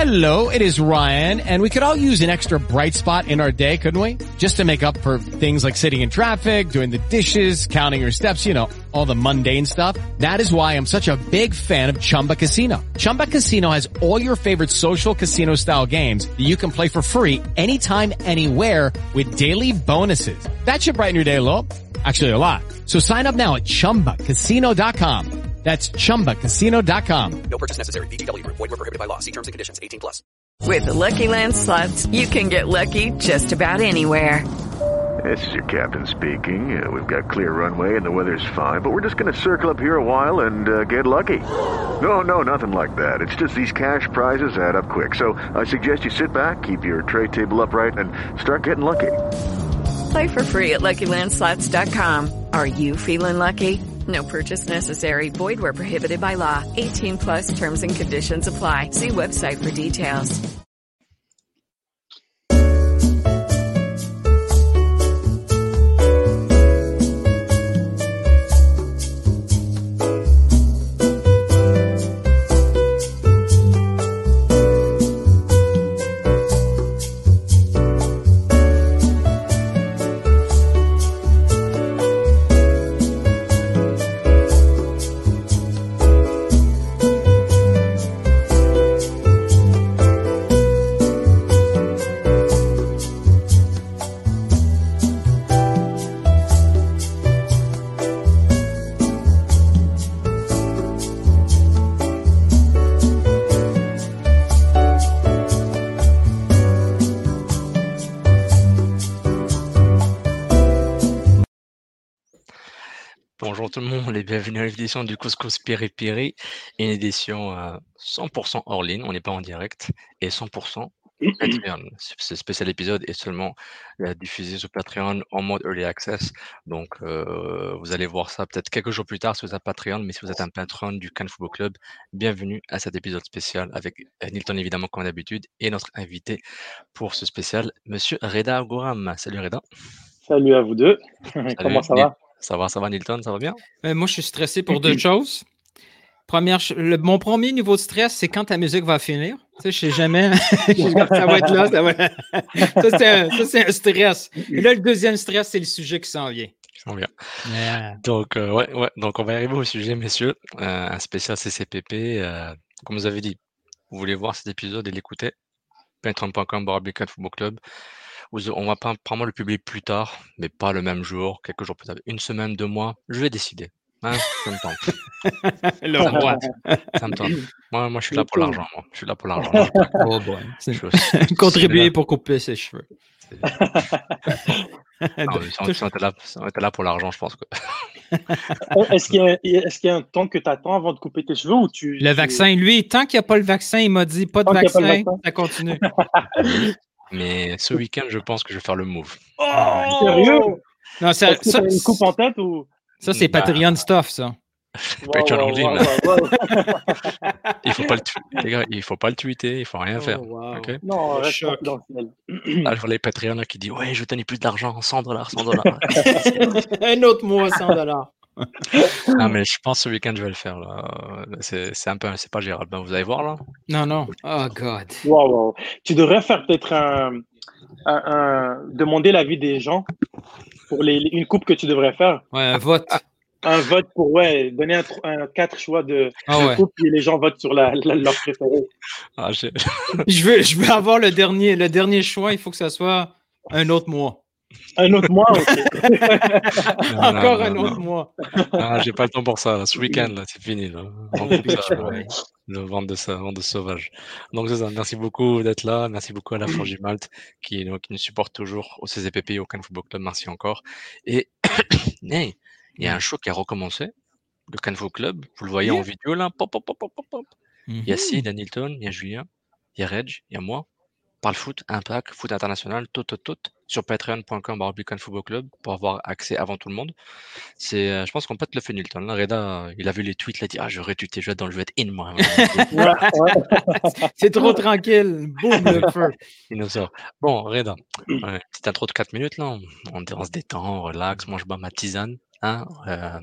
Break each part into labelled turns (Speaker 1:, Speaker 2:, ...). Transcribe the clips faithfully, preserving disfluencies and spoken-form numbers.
Speaker 1: Hello, it is Ryan, and we could all use an extra bright spot in our day, couldn't we? Just to make up for things like sitting in traffic, doing the dishes, counting your steps, you know, all the mundane stuff. That is why I'm such a big fan of Chumba Casino. Chumba Casino has all your favorite social casino-style games that you can play for free anytime, anywhere with daily bonuses. That should brighten your day a little. Actually, a lot. So sign up now at chumba casino dot com. That's chumba casino dot com.
Speaker 2: No purchase necessary. V G W Group. Void where prohibited by law. See terms and conditions. eighteen plus.
Speaker 3: With the Lucky Land Slots, you can get lucky just about anywhere.
Speaker 4: This is your captain speaking. Uh, we've got clear runway and the weather's fine, but we're just going to circle up here a while and uh, get lucky. No, no, nothing like that. It's just these cash prizes add up quick. So I suggest you sit back, keep your tray table upright, and start getting lucky.
Speaker 3: Play for free at lucky land slots dot com. Are you feeling lucky? No purchase necessary. Void where prohibited by law. eighteen plus terms and conditions apply. See website for details.
Speaker 5: Bonjour tout le monde et bienvenue à l'édition du Couscous Piri Piri, une édition euh, cent pour cent hors ligne, on n'est pas en direct, et cent pour cent Patreon. Ce spécial épisode est seulement euh, diffusé sur Patreon en mode Early Access, donc euh, vous allez voir ça peut-être quelques jours plus tard si vous êtes Patreon, mais si vous êtes un patron du Cannes Football Club, bienvenue à cet épisode spécial avec Nilton évidemment comme d'habitude, et notre invité pour ce spécial, Monsieur Reda Agouram. Salut Reda.
Speaker 6: Salut à vous deux. Comment ça va?
Speaker 5: Ça va, ça va Nilton, ça va bien?
Speaker 7: Euh, moi, je suis stressé pour deux choses. Première, le, mon premier niveau de stress, c'est quand la musique va finir. Tu sais, je sais jamais. Ça va être là. Ça, va... ça, c'est un, ça, c'est un stress. Et là, le deuxième stress, c'est le sujet qui s'en vient.
Speaker 5: Qui vient. Yeah. Donc, euh, ouais, ouais. Donc, on va arriver au sujet, messieurs. Euh, un spécial C C P P. Euh, comme vous avez dit, vous voulez voir cet épisode et l'écouter. patreon point com barra Football Club. On va pas probablement le publier plus tard, mais pas le même jour, quelques jours plus tard. Une semaine, deux mois, je vais décider. Hein, ça me tente.
Speaker 7: Le roi.
Speaker 5: Ça me tente. Moi, moi, je suis là pour l'argent. Moi. Je suis là pour l'argent.
Speaker 7: Oh boy. Contribuer pour couper ses cheveux.
Speaker 5: Non, on était là, on était là pour l'argent, je pense. Que...
Speaker 6: est-ce, qu'il y a, est-ce qu'il y a un temps que tu attends avant de couper tes cheveux ou tu...
Speaker 7: Le vaccin, lui, tant qu'il n'y a pas le vaccin, il m'a dit pas de vaccin, pas vaccin, ça continue.
Speaker 5: Mais ce week-end, je pense que je vais faire le move.
Speaker 6: Oh, sérieux?
Speaker 7: Non, ça,
Speaker 6: ça, une coupe en tête ou...
Speaker 7: Ça, c'est bah... Patreon stuff, ça.
Speaker 5: Patreon wow, wow, wow, wow. Il faut pas le tu... les gars, il faut pas le tweeter, il faut rien
Speaker 6: oh,
Speaker 5: faire.
Speaker 6: Wow.
Speaker 5: Okay?
Speaker 6: Non, reste confidentiel.
Speaker 5: Ah, je vois les Patreons qui disent ouais, je veux donner plus d'argent, cent dollars, cent dollars.
Speaker 7: Un autre mois, cent dollars.
Speaker 5: Ah, mais je pense ce week-end je vais le faire là. C'est, c'est un peu, c'est pas gérable. Ben, vous allez voir là.
Speaker 7: Non, non. Oh God.
Speaker 6: Wow, wow. Tu devrais faire peut-être un, un, un demander l'avis des gens pour les, une coupe que tu devrais faire.
Speaker 7: Ouais, un vote.
Speaker 6: Un vote pour ouais, donner un, un quatre choix de,
Speaker 7: ah,
Speaker 6: de
Speaker 7: ouais.
Speaker 6: coupe et les gens votent sur la, la, leur préféré.
Speaker 5: Ah, je...
Speaker 7: je veux, je veux avoir le dernier, le dernier choix. Il faut que ça soit un autre mois.
Speaker 6: Un autre mois, ok.
Speaker 5: non,
Speaker 7: Encore
Speaker 5: non,
Speaker 7: un
Speaker 5: non,
Speaker 7: autre
Speaker 5: non.
Speaker 7: mois.
Speaker 5: Ah, j'ai pas le temps pour ça. Là. Ce week-end, là, c'est fini. Là. Ça, ouais. Le vent de, ça, vent de sauvage. Donc, c'est ça. Merci beaucoup d'être là. Merci beaucoup à la Frangie Malte qui, donc, qui nous supporte toujours au C Z P P et au Cannes Football Club. Merci encore. Et hey, il y a un show qui a recommencé. Le Cannes Football Club. Vous le voyez yeah. en vidéo là. Pop, pop, pop, pop, pop. Mm-hmm. Il y a Sid, il y a Nilton, il y a Julien, il y a Reg, il y a moi. Parle foot, impact, foot international, tout, tout, tout, sur patreon point com barra Football Club pour avoir accès avant tout le monde. C'est, euh, je pense qu'on peut te le faire, Nilton. Là, Reda, il a vu les tweets, il a dit, ah, je vais tweeter, je vais être dans le jeu in, moi.
Speaker 7: C'est trop tranquille. Boum, le feu.
Speaker 5: Il nous sort. Bon, Reda, ouais, petite intro de quatre minutes, là. On, on, on se détend, on relaxe. Moi, je bois ma tisane. Hein, euh,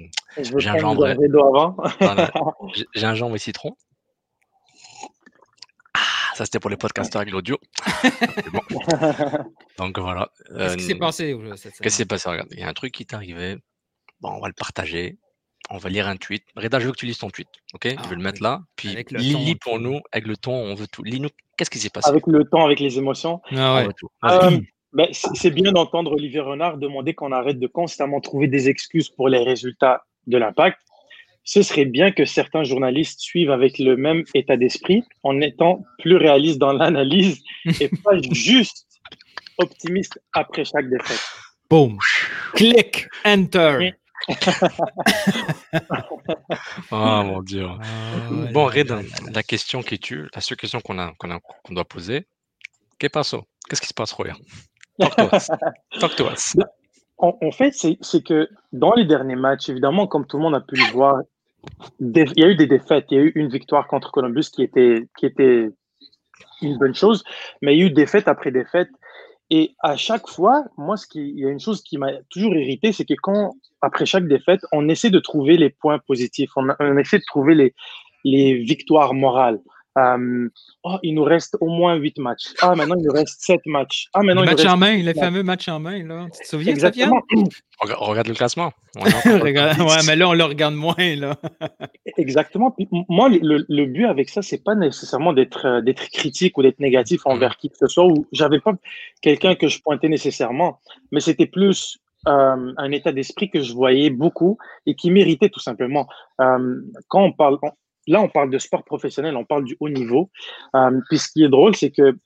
Speaker 5: gingembre,
Speaker 6: avant.
Speaker 5: Voilà, gingembre et citron. ça c'était pour les podcasteurs avec l'audio. Bon. Donc voilà.
Speaker 7: Qu'est-ce qui
Speaker 5: Euh,
Speaker 7: s'est passé cette
Speaker 5: Qu'est-ce qui
Speaker 7: semaine?
Speaker 5: s'est passé? Regarde, il y a un truc qui t'est arrivé. Bon, on va le partager. On va lire un tweet. Reda, je veux que tu lises ton tweet. Ok?
Speaker 7: Ah,
Speaker 5: je vais le mettre là. Puis
Speaker 7: avec le
Speaker 5: lis,
Speaker 7: ton,
Speaker 5: lis
Speaker 7: ok.
Speaker 5: pour nous. Avec le ton, on veut tout. Lis-nous. Qu'est-ce qui s'est passé?
Speaker 6: Avec le temps, avec les émotions.
Speaker 7: Ah
Speaker 5: On
Speaker 7: ouais.
Speaker 5: veut tout. Vas-y.
Speaker 6: Euh, ben, c'est c'est bien d'entendre Olivier Renard demander qu'on arrête de constamment trouver des excuses pour les résultats de l'Impact. Ce serait bien que certains journalistes suivent avec le même état d'esprit en étant plus réalistes dans l'analyse et pas juste optimistes après chaque défaite.
Speaker 7: Boom. Click. Enter.
Speaker 5: Oh mon Dieu.
Speaker 7: Ah,
Speaker 5: Bon,
Speaker 7: là,
Speaker 5: Red,
Speaker 7: là, là.
Speaker 5: la question qui tue, la seule question qu'on a, qu'on a, qu'on doit poser, qu'est passo? Qu'est-ce qui se passe, Roya? Talk to us. Talk to us.
Speaker 6: En, en fait, c'est c'est que dans les derniers matchs, évidemment, comme tout le monde a pu le voir, des- il y a eu des défaites. Il y a eu une victoire contre Columbus qui était, qui était une bonne chose, mais il y a eu défaite après défaite. Et à chaque fois, moi, ce qui, il y a une chose qui m'a toujours irrité, c'est que quand, après chaque défaite, on essaie de trouver les points positifs, on, on essaie de trouver les, les victoires morales. Euh, oh, il nous reste au moins huit matchs. Ah, maintenant, il nous reste sept matchs. Ah, maintenant,
Speaker 7: Les
Speaker 6: il nous
Speaker 7: matchs
Speaker 6: reste
Speaker 7: en main,
Speaker 6: six
Speaker 7: les
Speaker 6: matchs.
Speaker 7: fameux matchs en main, là. Tu te souviens, Sofiane?
Speaker 6: Exactement.
Speaker 5: Regarde, regarde le classement. On est encore
Speaker 7: Regarde,
Speaker 5: dans le top
Speaker 7: ouais,
Speaker 5: dix.
Speaker 7: mais là, on le regarde moins, là.
Speaker 6: Exactement. Puis, m- moi, le, le but avec ça, c'est pas nécessairement d'être euh, d'être critique ou d'être négatif envers qui que ce soit. Ou j'avais pas quelqu'un que je pointais nécessairement, mais c'était plus euh, un état d'esprit que je voyais beaucoup et qui m'irritait tout simplement. Euh, quand on parle, on- là, on parle de sport professionnel, on parle du haut niveau. Euh, puis ce qui est drôle, c'est que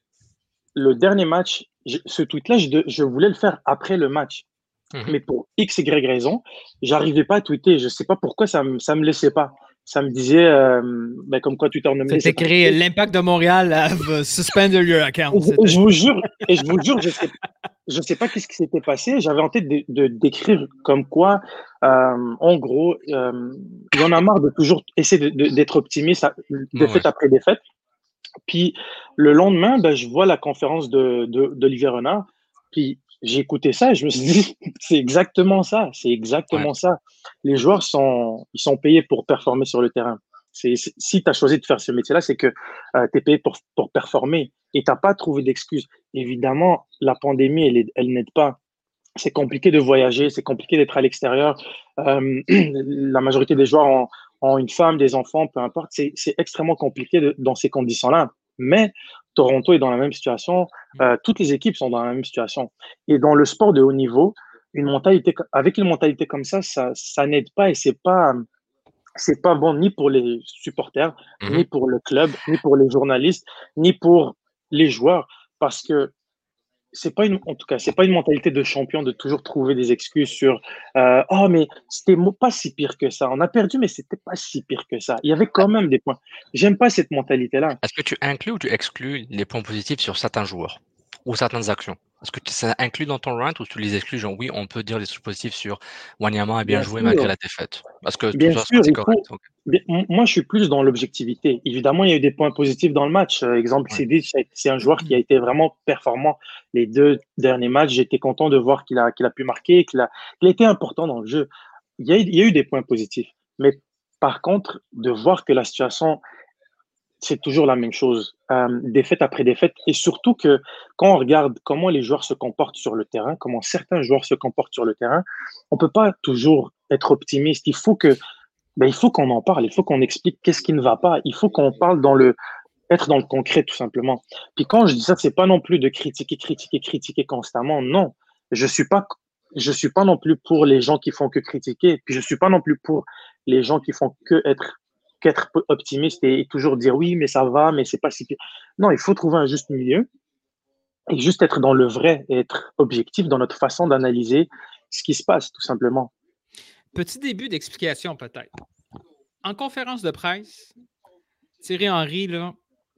Speaker 6: le dernier match, je- ce tweet-là, je, de- je voulais le faire après le match.
Speaker 5: Mhm.
Speaker 6: Mais pour X, Y raison, j'arrivais pas à tweeter. Je sais pas pourquoi ça me, ça me laissait pas. Ça me disait, euh, ben, comme quoi Twitter ne me
Speaker 7: C'est
Speaker 6: laissait pas.
Speaker 7: écrit l'impact de Montréal have suspended your account.
Speaker 6: Et je, et
Speaker 7: C'était-
Speaker 6: je vous jure, et je vous jure, je sais, je sais pas qu'est-ce qui s'était passé. J'avais en tête de, de- d'écrire comme quoi, euh, en gros, euh, il y en a marre de toujours essayer de- de- d'être optimiste, à- défaite
Speaker 5: Ouais.
Speaker 6: après défaite. Puis le lendemain, ben, je vois la conférence de, de, d'Olivier Renard. Puis j'ai écouté ça et je me suis dit, c'est exactement ça. C'est exactement
Speaker 5: Ouais.
Speaker 6: ça. Les joueurs sont, ils sont payés pour performer sur le terrain. C'est, c'est- si tu as choisi de faire ce métier-là, c'est que euh, tu es payé pour, pour performer et tu n'as pas trouvé d'excuses. Évidemment, la pandémie, elle, est- elle n'aide pas. C'est compliqué de voyager, c'est compliqué d'être à l'extérieur. Euh, la majorité des joueurs ont, ont une femme, des enfants, peu importe. C'est, c'est extrêmement compliqué de- dans ces conditions-là. Mais Toronto est dans la même situation. Euh, toutes les équipes sont dans la même situation. Et dans le sport de haut niveau, une mentalité, avec une mentalité comme ça, ça, ça n'aide pas et c'est pas, c'est pas bon ni pour les supporters,
Speaker 5: Mhm.
Speaker 6: ni pour le club, ni pour les journalistes, ni pour les joueurs, parce que c'est pas une, en tout cas, c'est pas une mentalité de champion de toujours trouver des excuses sur euh, oh mais c'était mo- pas si pire que ça. On a perdu, mais c'était pas si pire que ça. Il y avait quand même des points. J'aime pas cette mentalité-là.
Speaker 5: Est-ce que tu inclus ou tu exclus les points positifs sur certains joueurs ou certaines actions? Est-ce que tu- ça inclut dans ton rant ou tu les exclus? Genre, oui, on peut dire des trucs positifs sur Wanyama a bien,
Speaker 6: Bien
Speaker 5: joué
Speaker 6: sûr.
Speaker 5: malgré la défaite. Parce que tout
Speaker 6: Bien
Speaker 5: ça,
Speaker 6: sûr,
Speaker 5: c'est
Speaker 6: il
Speaker 5: correct.
Speaker 6: faut.
Speaker 5: Ok.
Speaker 6: Bien, m- moi, je suis plus dans l'objectivité. Évidemment, il y a eu des points positifs dans le match. Euh, exemple,
Speaker 5: Ouais.
Speaker 6: Sidic, c'est c'est un joueur qui a été vraiment performant les deux derniers matchs. J'étais content de voir qu'il a, qu'il a pu marquer, qu'il a, qu'il a été important dans le jeu. Il y a, eu- il y a eu des points positifs. Mais par contre, de voir que la situation, c'est toujours la même chose, euh, défaite après défaite. Et surtout que quand on regarde comment les joueurs se comportent sur le terrain, comment certains joueurs se comportent sur le terrain, on peut pas toujours être optimiste. Il faut que, ben, il faut qu'on en parle. Il faut qu'on explique qu'est-ce qui ne va pas. Il faut qu'on parle dans le, être dans le concret, tout simplement. Puis quand je dis ça, c'est pas non plus de critiquer, critiquer, critiquer constamment. Non, je suis pas, je suis pas non plus pour les gens qui font que critiquer. Puis je suis pas non plus pour les gens qui font que être qu'être optimiste et, et toujours dire oui, mais ça va, mais c'est pas si pire. Non, il faut trouver un juste milieu et juste être dans le vrai et être objectif dans notre façon d'analyser ce qui se passe, tout simplement.
Speaker 7: Petit début d'explication, peut-être. En conférence de presse, Thierry Henry, là,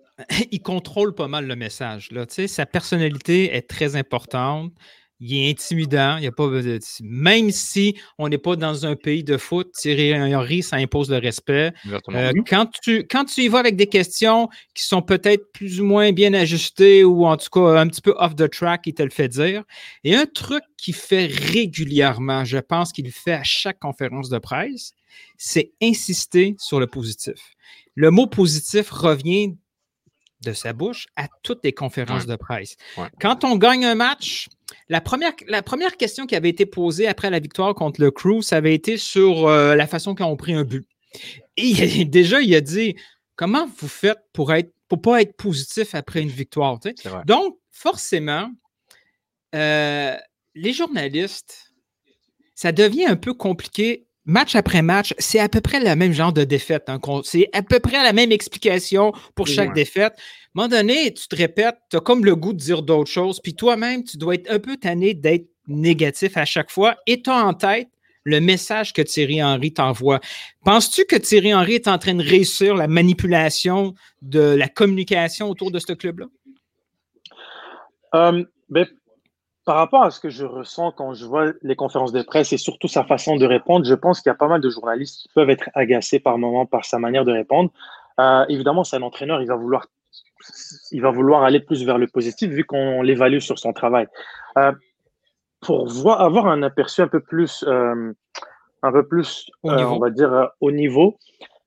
Speaker 7: il contrôle pas mal le message. Là. Tu sais, sa personnalité est très importante. Il est intimidant. Il y a pas de- même si on n'est pas dans un pays de foot, Thierry Henry, ça impose le respect.
Speaker 5: Exactement.
Speaker 7: Euh, quand, tu, quand tu y vas avec des questions qui sont peut-être plus ou moins bien ajustées ou en tout cas un petit peu off the track, il te le fait dire. Et un truc qu'il fait régulièrement, je pense qu'il le fait à chaque conférence de presse, c'est insister sur le positif. Le mot positif revient de sa bouche à toutes les conférences
Speaker 5: Ouais.
Speaker 7: de presse.
Speaker 5: Ouais.
Speaker 7: Quand on gagne un match, la première, la première question qui avait été posée après la victoire contre le Crew, ça avait été sur euh, la façon qu'ils ont pris un but. Et il- déjà, il a dit comment vous faites pour être pour pas être positif après une victoire. Tu sais?
Speaker 5: C'est vrai.
Speaker 7: Donc, forcément, euh, les journalistes, ça devient un peu compliqué. Match après match, c'est à peu près le même genre de défaite. Hein, qu'on- c'est à peu près la même explication pour chaque
Speaker 5: Ouais.
Speaker 7: défaite. À un moment donné, tu te répètes, tu as comme le goût de dire d'autres choses, puis toi-même, tu dois être un peu tanné d'être négatif à chaque fois et tu as en tête le message que Thierry Henry t'envoie. Penses-tu que Thierry Henry est en train de réussir la manipulation de la communication autour de ce club-là?
Speaker 6: Euh, ben, par rapport à ce que je ressens quand je vois les conférences de presse et surtout sa façon de répondre, je pense qu'il y a pas mal de journalistes qui peuvent être agacés par moments par sa manière de répondre. Euh, évidemment, c'est un entraîneur, il va vouloir, il va vouloir aller plus vers le positif vu qu'on l'évalue sur son travail. Euh, pour voir, avoir un aperçu un peu plus, euh, un peu plus,
Speaker 7: Au
Speaker 6: euh,
Speaker 7: niveau?
Speaker 6: on va dire, euh, au niveau,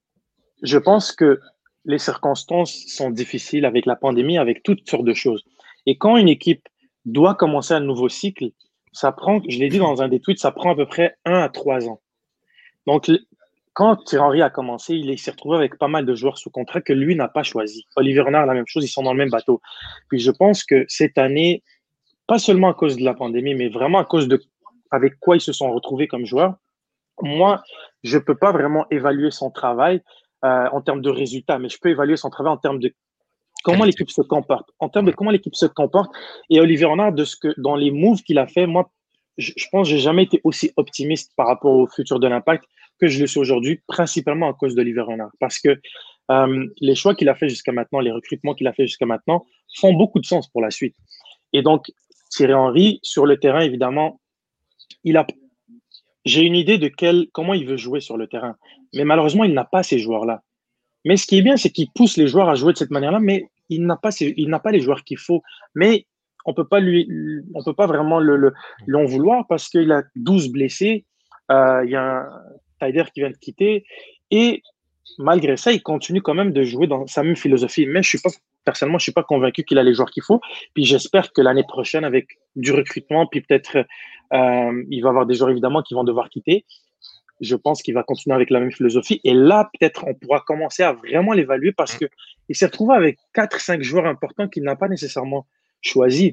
Speaker 6: je pense que les circonstances sont difficiles avec la pandémie, avec toutes sortes de choses. Et quand une équipe doit commencer un nouveau cycle, ça prend, je l'ai dit dans un des tweets, ça prend à peu près un à trois ans. Donc, quand Thierry Henry a commencé, il s'est retrouvé avec pas mal de joueurs sous contrat que lui n'a pas choisi. Olivier Renard, la même chose, ils sont dans le même bateau. Puis je pense que cette année, pas seulement à cause de la pandémie, mais vraiment à cause de avec quoi ils se sont retrouvés comme joueurs, moi, je ne peux pas vraiment évaluer son travail euh, en termes de résultats, mais je peux évaluer son travail en termes de comment
Speaker 5: Qualité.
Speaker 6: l'équipe se comporte, en termes de
Speaker 5: Ouais.
Speaker 6: comment l'équipe se comporte. Et Olivier Renard, de ce que, dans les moves qu'il a fait, moi, je, je pense que j'ai jamais été aussi optimiste par rapport au futur de l'Impact que je le suis aujourd'hui, principalement à cause d'Olivier Renard. Parce que euh, les choix qu'il a fait jusqu'à maintenant, les recrutements qu'il a fait jusqu'à maintenant, font beaucoup de sens pour la suite. Et donc, Thierry Henry, sur le terrain, évidemment, il a j'ai une idée de quel, comment il veut jouer sur le terrain. Mais malheureusement, il n'a pas ces joueurs-là. Mais ce qui est bien, c'est qu'il pousse les joueurs à jouer de cette manière-là, mais il n'a pas, ces, il n'a pas les joueurs qu'il faut. Mais on peut pas lui, on peut pas vraiment le, le, l'en vouloir parce qu'il a douze blessés. Euh, il y a un Taider qui vient de quitter. Et malgré ça, il continue quand même de jouer dans sa même philosophie. Mais je suis pas, personnellement, je suis pas convaincu qu'il a les joueurs qu'il faut. Puis j'espère que l'année prochaine, avec du recrutement, puis peut-être euh, il va y avoir des joueurs évidemment qui vont devoir quitter. Je pense qu'il va continuer avec la même philosophie. Et là, peut-être, on pourra commencer à vraiment l'évaluer parce que il s'est retrouvé avec quatre, cinq joueurs importants qu'il n'a pas nécessairement choisis.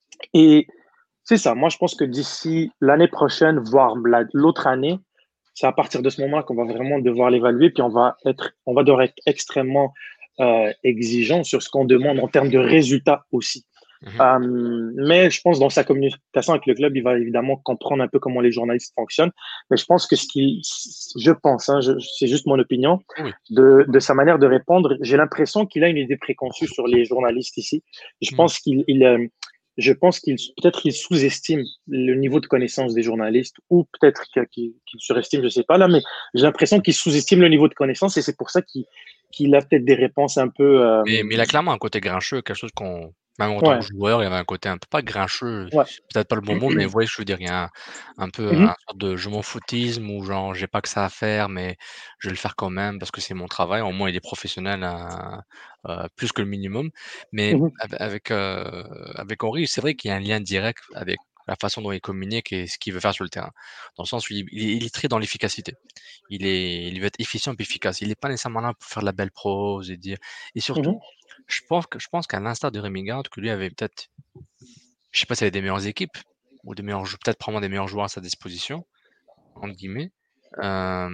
Speaker 6: Et c'est ça. Moi, je pense que d'ici l'année prochaine, voire la, l'autre année, c'est à partir de ce moment-là qu'on va vraiment devoir l'évaluer. Puis on va être, on va devoir être extrêmement euh, exigeant sur ce qu'on demande en termes de résultats aussi.
Speaker 5: Mhm.
Speaker 6: Euh, mais je pense dans sa communication avec le club, il va évidemment comprendre un peu comment les journalistes fonctionnent. Mais je pense que ce qu'il, je pense, hein, je, c'est juste mon opinion,
Speaker 5: Oui.
Speaker 6: de, de sa manière de répondre, j'ai l'impression qu'il a une idée préconçue sur les journalistes ici. Je
Speaker 5: Mhm.
Speaker 6: pense qu'il, il, euh, je pense qu'il peut-être qu'il sous-estime le niveau de connaissance des journalistes ou peut-être qu'il, qu'il, qu'il surestime, je sais pas là, mais j'ai l'impression qu'il sous-estime le niveau de connaissance et c'est pour ça qu'il, qu'il a peut-être des réponses un peu. Euh,
Speaker 5: Mais, mais il a clairement un côté grincheux, quelque chose qu'on. Même en tant
Speaker 6: ouais,
Speaker 5: que joueur, il y avait un côté un peu pas grincheux,
Speaker 6: ouais.
Speaker 5: c'est peut-être pas le bon mot, mais vous voyez, je veux dire, il y a un, un peu
Speaker 6: Mhm,
Speaker 5: un sorte de je m'en foutisme ou genre j'ai pas que ça à faire, mais je vais le faire quand même parce que c'est mon travail. Au moins, il est professionnel à, euh, plus que le minimum. Mais
Speaker 6: mhm,
Speaker 5: avec avec, euh, avec Henry, c'est vrai qu'il y a un lien direct avec la façon dont il communique et ce qu'il veut faire sur le terrain. Dans le sens où il, il est il est très dans l'efficacité. Il est, il veut être efficient et efficace. Il n'est pas nécessairement là pour faire de la belle prose et dire. Et surtout,
Speaker 6: mhm,
Speaker 5: je pense que je pense qu'à l'instar de Rémi Garde, que lui avait peut-être, je sais pas s'il avait des meilleures équipes ou des meilleurs, jou- peut-être probablement des meilleurs joueurs à sa disposition, entre guillemets. Euh,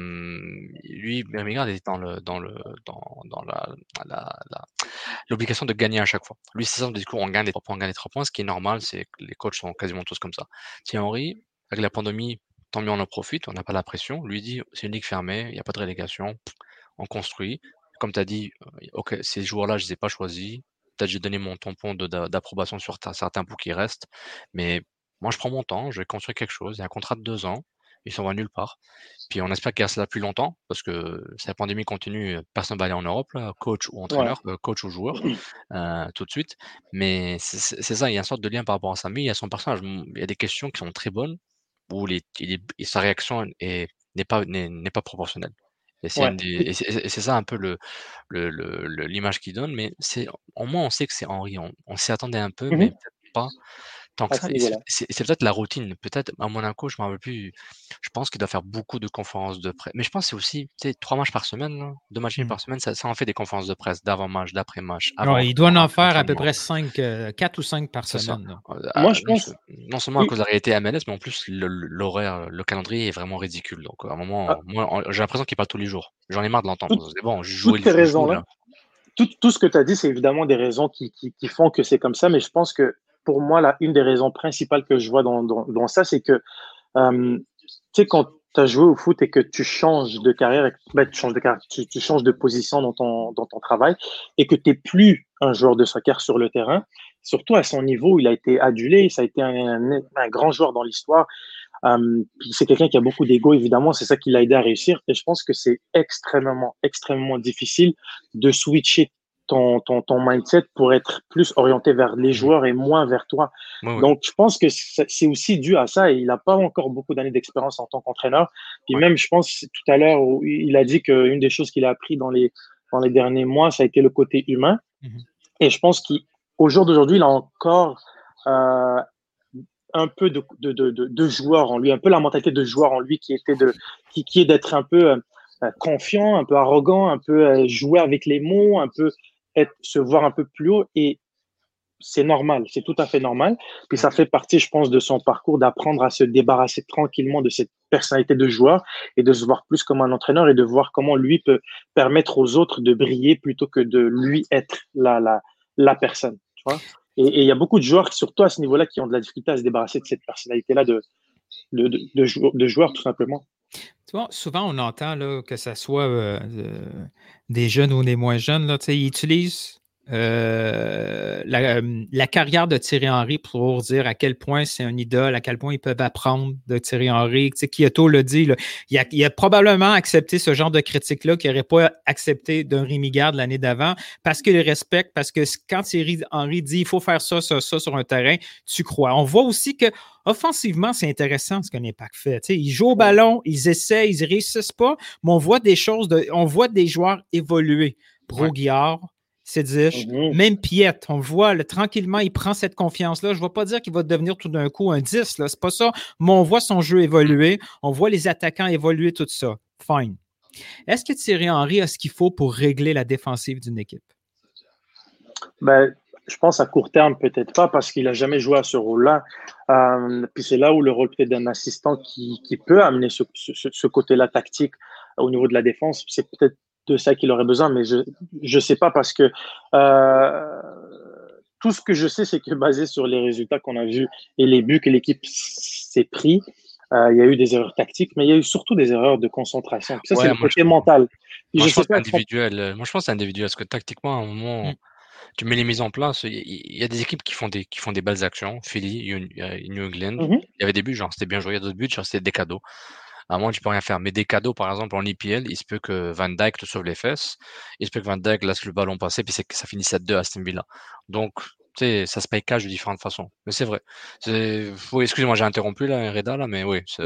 Speaker 5: lui, Rémi Garde était dans le, dans le, dans, dans la, la, la- l'obligation de gagner à chaque fois. Lui, c'est ça, du coup, on gagne des trois points, on gagne des trois points. Ce qui est normal, c'est que les coachs sont quasiment tous comme ça. Thierry Henry, avec la pandémie, tant mieux on en profite, on n'a pas la pression. Lui dit, c'est une ligue fermée, il n'y a pas de relégation, on construit. Comme tu as dit, euh, ok, ces joueurs-là, je ne les ai pas choisis. Peut-être j'ai donné mon tampon de- d'a- d'approbation sur ta- certains pour qui restent. Mais moi, je prends mon temps, je vais construire quelque chose. Il y a un contrat de deux ans, il s'en va nulle part. Puis on espère qu'il reste là plus longtemps, parce que si la pandémie continue, personne ne va aller en Europe, là, coach ou
Speaker 6: ouais.
Speaker 5: entraîneur, euh, coach ou joueur, euh, tout de suite. Mais c'est c'est- c'est ça, il y a une sorte de lien par rapport à sa famille, à son personnage. Il y a des questions qui sont très bonnes, où les, il est- et sa réaction est- n'est pas, n'est n'est pas proportionnelle. Et c'est
Speaker 6: Ouais.
Speaker 5: une des et c'est et c'est ça un peu le le le le l'image qu'il donne, mais c'est au moins on sait que c'est Henry. On on s'y attendait un peu, mais
Speaker 6: Mhm.
Speaker 5: peut-être pas tant que
Speaker 6: À
Speaker 5: ça.
Speaker 6: ce
Speaker 5: Et c'est
Speaker 6: niveau-là.
Speaker 5: c'est c'est peut-être la routine. Peut-être à Monaco, je me rappelle plus, je pense qu'il doit faire beaucoup de conférences de presse. Mais je pense que c'est aussi, tu sais, trois matchs par semaine, là, deux matchs et demi
Speaker 7: Hmm.
Speaker 5: par semaine, ça ça en fait des conférences de presse d'avant-match, d'après-match, avant
Speaker 7: Ouais, il doit en
Speaker 5: entraînement, après
Speaker 7: faire à peu
Speaker 5: entraînement.
Speaker 7: près cinq, euh, quatre ou cinq par
Speaker 5: C'est ça.
Speaker 7: semaine. Là.
Speaker 5: Heu,
Speaker 6: Moi,
Speaker 5: à
Speaker 6: je
Speaker 5: non se
Speaker 6: pense.
Speaker 5: non seulement à cause de la réalité M L S, mais en plus le le l'horaire, le calendrier est vraiment ridicule. Donc à un
Speaker 6: Ah,
Speaker 5: moment, moi, en j'ai l'impression qu'il parle tous les jours. J'en ai marre de l'entendre.
Speaker 6: tout-
Speaker 5: C'est bon, jouez
Speaker 6: toutes
Speaker 5: le
Speaker 6: ces
Speaker 5: joujou
Speaker 6: raisons-là,
Speaker 5: là.
Speaker 6: tout, tout ce que tu as dit, c'est évidemment des raisons qui, qui, qui font que c'est comme ça, mais je pense que pour moi, là, une des raisons principales que je vois dans, dans, dans ça, c'est que, euh, tu sais, quand tu as joué au foot et que tu changes de carrière, et- ben, tu changes de carrière, tu, tu changes de position dans ton, dans ton travail et que tu n'es plus un joueur de soccer sur le terrain, surtout à son niveau, il a été adulé, ça a été un, un, un grand joueur dans l'histoire. Euh, c'est quelqu'un qui a beaucoup d'ego, évidemment, c'est ça qui l'a aidé à réussir. Et je pense que c'est extrêmement, extrêmement difficile de switcher ton, ton, ton mindset pour être plus orienté vers les
Speaker 5: Mmh.
Speaker 6: joueurs et moins vers toi.
Speaker 5: Ouais, ouais.
Speaker 6: Donc, je pense que c'est aussi dû à ça et il n'a pas encore beaucoup d'années d'expérience en tant qu'entraîneur. Puis
Speaker 5: Ouais.
Speaker 6: même, je pense, tout à l'heure, il a dit qu'une des choses qu'il a appris dans les, dans les derniers mois, ça a été le côté humain.
Speaker 7: Mhm.
Speaker 6: Et je pense qu'au jour d'aujourd'hui, il a encore euh, un peu de, de, de, de joueur en lui, un peu la mentalité de joueur en lui qui était de, qui, qui est d'être un peu euh, confiant, un peu arrogant, un peu euh, jouer avec les mots, un peu être, se voir un peu plus haut. Et c'est normal, c'est tout à fait normal. Puis ça fait partie, je pense, de son parcours d'apprendre à se débarrasser tranquillement de cette personnalité de joueur et de se voir plus comme un entraîneur et de voir comment lui peut permettre aux autres de briller plutôt que de lui être la, la, la personne. Tu vois? Et il y a beaucoup de joueurs, surtout à ce niveau-là, qui ont de la difficulté à se débarrasser de cette personnalité-là de, de, de, de, jou de joueur, tout simplement.
Speaker 7: Tu vois, souvent, on entend là, que ce soit euh, euh, des jeunes ou des moins jeunes, là, ils utilisent euh, la, la carrière de Thierry Henry pour dire à quel point c'est un idole, à quel point ils peuvent apprendre de Thierry Henry. Tu sais, Kyoto l'a dit, là, il, a, il a probablement accepté ce genre de critique-là qu'il n'aurait pas accepté d'un Rémi Garde l'année d'avant parce qu'il le respecte, parce que quand Thierry Henry dit il faut faire ça, ça, ça sur un terrain, tu crois. On voit aussi que offensivement, c'est intéressant ce qu'un Impact fait. Tu sais, ils jouent au ballon, ils essaient, ils ne réussissent pas, mais on voit des choses, de, on voit des joueurs évoluer. Broguillard, Sédiche,
Speaker 6: Mm-hmm.
Speaker 7: même Piet, on le voit, là, tranquillement, il prend cette confiance-là. Je ne vais pas dire qu'il va devenir tout d'un coup un dix, là, c'est pas ça, mais on voit son jeu évoluer, on voit les attaquants évoluer, tout ça. Fine. Est-ce que Thierry Henry a ce qu'il faut pour régler la défensive d'une équipe?
Speaker 6: Ben, je pense à court terme, peut-être pas, parce qu'il n'a jamais joué à ce rôle-là. Euh, puis c'est là où le rôle peut-être d'un assistant qui, qui peut amener ce, ce, ce côté-là tactique au niveau de la défense, c'est peut-être de ça qu'il aurait besoin, mais je ne sais pas parce que euh, tout ce que je sais, c'est que basé sur les résultats qu'on a vus et les buts que l'équipe s'est pris, euh, il y a eu des erreurs tactiques, mais il y a eu surtout des erreurs de concentration. Puis ça,
Speaker 5: Ouais,
Speaker 6: c'est le
Speaker 5: moi,
Speaker 6: côté
Speaker 5: je,
Speaker 6: mental. Puis
Speaker 5: moi,
Speaker 6: je
Speaker 5: je pense
Speaker 6: sais
Speaker 5: que c'est
Speaker 6: pas.
Speaker 5: individuel. Moi, je pense que c'est individuel parce que tactiquement, à un moment,
Speaker 7: Mm.
Speaker 5: tu mets les mises en place. Il y, y a des équipes qui font des, qui font des belles actions. Philly, New England,
Speaker 6: Mm-hmm.
Speaker 5: il y avait des buts, genre c'était bien joué. Il y a d'autres buts, genre c'était des cadeaux. À un moment, tu peux rien faire. Mais des cadeaux, par exemple, en E P L, il se peut que Van Dijk te sauve les fesses. Il se peut que Van Dijk laisse le ballon passer, puis c'est que ça finit sept deux à Aston Villa. Donc, tu sais, ça se paye cash de différentes façons. Mais c'est vrai. Oui, excusez-moi, j'ai interrompu là, Reda, là, mais oui, il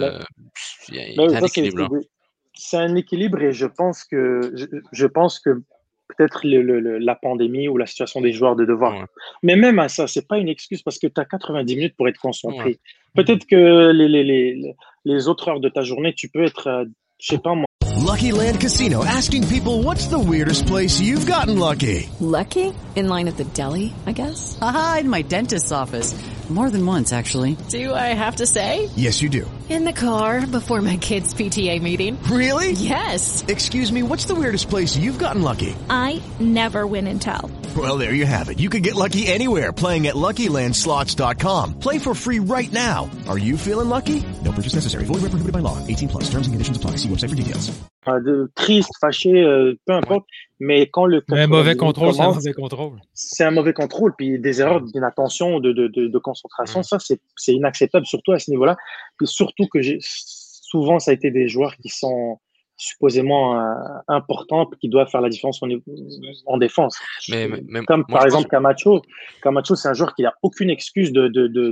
Speaker 5: y a, y a un équilibre là.
Speaker 6: C'est un équilibre et je pense que, je, je pense que peut-être le, le, la pandémie ou la situation des joueurs de devoir. Ouais. Mais même à ça, c'est pas une excuse parce que tu as quatre-vingt-dix minutes pour être concentré. Ouais. Peut-être que les, les, les, les autres heures de ta journée, tu peux être, euh, je sais pas moi.
Speaker 8: Lucky Land Casino, asking people, what's the weirdest place you've gotten lucky?
Speaker 9: Lucky? In line at the deli, I guess?
Speaker 10: Aha, in my dentist's office. More than once, actually.
Speaker 9: Do I have to say?
Speaker 8: Yes, you do.
Speaker 9: In the car before my kids' P T A meeting.
Speaker 8: Really?
Speaker 9: Yes.
Speaker 8: Excuse me, what's the weirdest place you've gotten lucky?
Speaker 11: I never win and tell.
Speaker 8: Well, there you have it. You can get lucky anywhere, playing at Lucky Land Slots dot com. Play for free right now. Are you feeling lucky? No purchase necessary. Void where prohibited by law. eighteen plus. Terms and conditions apply. See website for details.
Speaker 6: De triste, fâché, euh, peu importe. Mais quand le
Speaker 7: un mauvais contrôle, c'est un mauvais contrôle.
Speaker 6: C'est un mauvais contrôle, puis des erreurs d'inattention, de, de, de, de concentration, ça c'est c'est inacceptable, surtout à ce niveau-là. Puis surtout que j'ai souvent ça a été des joueurs qui sont supposément euh, importants, qui doivent faire la différence en, en défense.
Speaker 5: Mais, mais,
Speaker 6: Comme
Speaker 5: moi,
Speaker 6: par exemple
Speaker 5: pense...
Speaker 6: Camacho. Camacho, c'est un joueur qui n'a aucune excuse de, de, de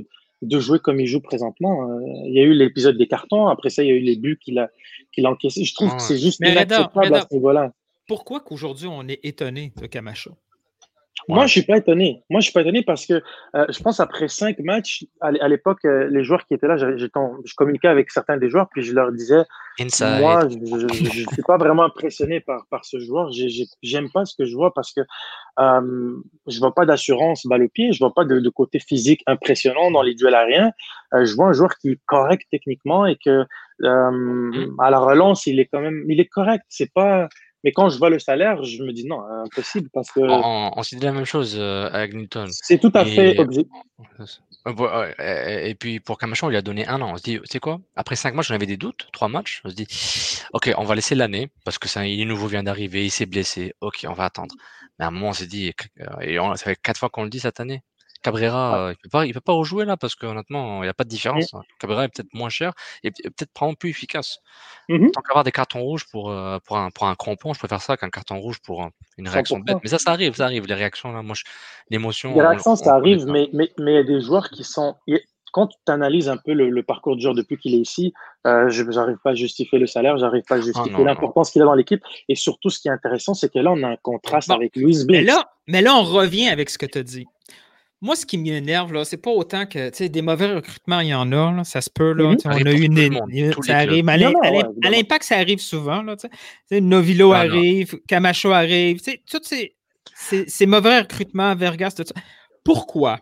Speaker 6: de jouer comme il joue présentement. Euh, il y a eu l'épisode des cartons, après ça, il y a eu les buts qu'il a, qu'il a encaissés. Je trouve
Speaker 5: Ouais.
Speaker 6: que c'est juste
Speaker 7: Mais Reda,
Speaker 6: inacceptable
Speaker 7: Reda,
Speaker 6: à ce niveau-là.
Speaker 7: pourquoi qu'aujourd'hui on est étonné de Camacho?
Speaker 6: Moi,
Speaker 5: Ouais.
Speaker 6: je suis pas étonné. Moi, je suis pas étonné parce que euh, je pense après cinq matchs, à l- à l'époque, euh, les joueurs qui étaient là, j'avais- j'étais en- je communiquais avec certains des joueurs, puis je leur disais,
Speaker 5: Inside.
Speaker 6: moi, je ne suis pas vraiment impressionné par, par ce joueur. J'ai- j'ai- J'aime pas ce que je vois parce que euh, je vois pas d'assurance balle au pied, je vois pas de, de côté physique impressionnant dans les duels aériens. Euh, je vois un joueur qui est correct techniquement et que euh,
Speaker 5: Hmm.
Speaker 6: à la relance, il est quand même, il est correct. C'est pas. Mais quand je vois le salaire, je me dis non, impossible parce que
Speaker 5: On, on, on s'est dit la même chose euh, avec Newton.
Speaker 6: c'est tout à fait
Speaker 5: Et,
Speaker 6: objectif.
Speaker 5: euh, bon, ouais, et, et puis pour Camacho, on lui a donné un an. On se dit, c'est quoi? Après cinq matchs, on avait des doutes, trois matchs. On se dit, ok, on va laisser l'année parce que ça, il est nouveau, vient d'arriver, il s'est blessé. Ok, on va attendre. Mais à un moment, on s'est dit, euh, et on, ça fait quatre fois qu'on le dit cette année. Cabrera, euh, il peut pas, il peut pas rejouer là parce que honnêtement, il n'y a pas de différence. hein. Cabrera est peut-être moins cher et p- peut-être vraiment plus efficace.
Speaker 6: Mhm.
Speaker 5: Tant qu'avoir des cartons rouges pour, euh, pour un, pour un crampon, je préfère ça qu'un carton rouge pour un- une réaction bête.
Speaker 6: cent pour cent.
Speaker 5: Mais ça, ça arrive, ça arrive. Les réactions là, moi, je- l'émotion,
Speaker 6: Les
Speaker 5: on,
Speaker 6: réactions,
Speaker 5: on,
Speaker 6: ça
Speaker 5: on connaît
Speaker 6: arrive,
Speaker 5: ça.
Speaker 6: mais mais mais il y a des joueurs qui sont. y- Quand tu analyses un peu le, le parcours du joueur depuis qu'il est ici, euh, je n'arrive pas à justifier le salaire, j'arrive pas à
Speaker 5: Ah
Speaker 6: justifier
Speaker 5: non, non.
Speaker 6: l'importance qu'il a dans l'équipe. Et surtout, ce qui est intéressant, c'est que là, on a un contraste
Speaker 7: Bon,
Speaker 6: avec Louis
Speaker 7: mais
Speaker 6: Binks.
Speaker 7: là, mais là, on revient avec ce que tu as dit. Moi, ce qui m'énerve, là, c'est pas autant que, tu sais, des mauvais recrutements, il y en a, là, ça se peut, là,
Speaker 6: Mhm.
Speaker 7: tu sais,
Speaker 5: Ça
Speaker 7: on
Speaker 5: arrive
Speaker 7: a
Speaker 5: pour
Speaker 7: eu
Speaker 5: tout
Speaker 7: une,
Speaker 5: le monde,
Speaker 7: une-
Speaker 5: tous
Speaker 7: ça
Speaker 5: les clubs.
Speaker 7: arrive, à
Speaker 6: Il y en
Speaker 7: l'im-
Speaker 6: a,
Speaker 7: à l'im-
Speaker 6: ouais,
Speaker 7: à
Speaker 6: évidemment.
Speaker 7: l'impact, ça arrive souvent, là, tu sais. Tu sais, Novilo
Speaker 5: Ah non.
Speaker 7: arrive, Camacho arrive, tu sais, tous ces, ces, ces mauvais recrutements, Vergas, tout ça. Pourquoi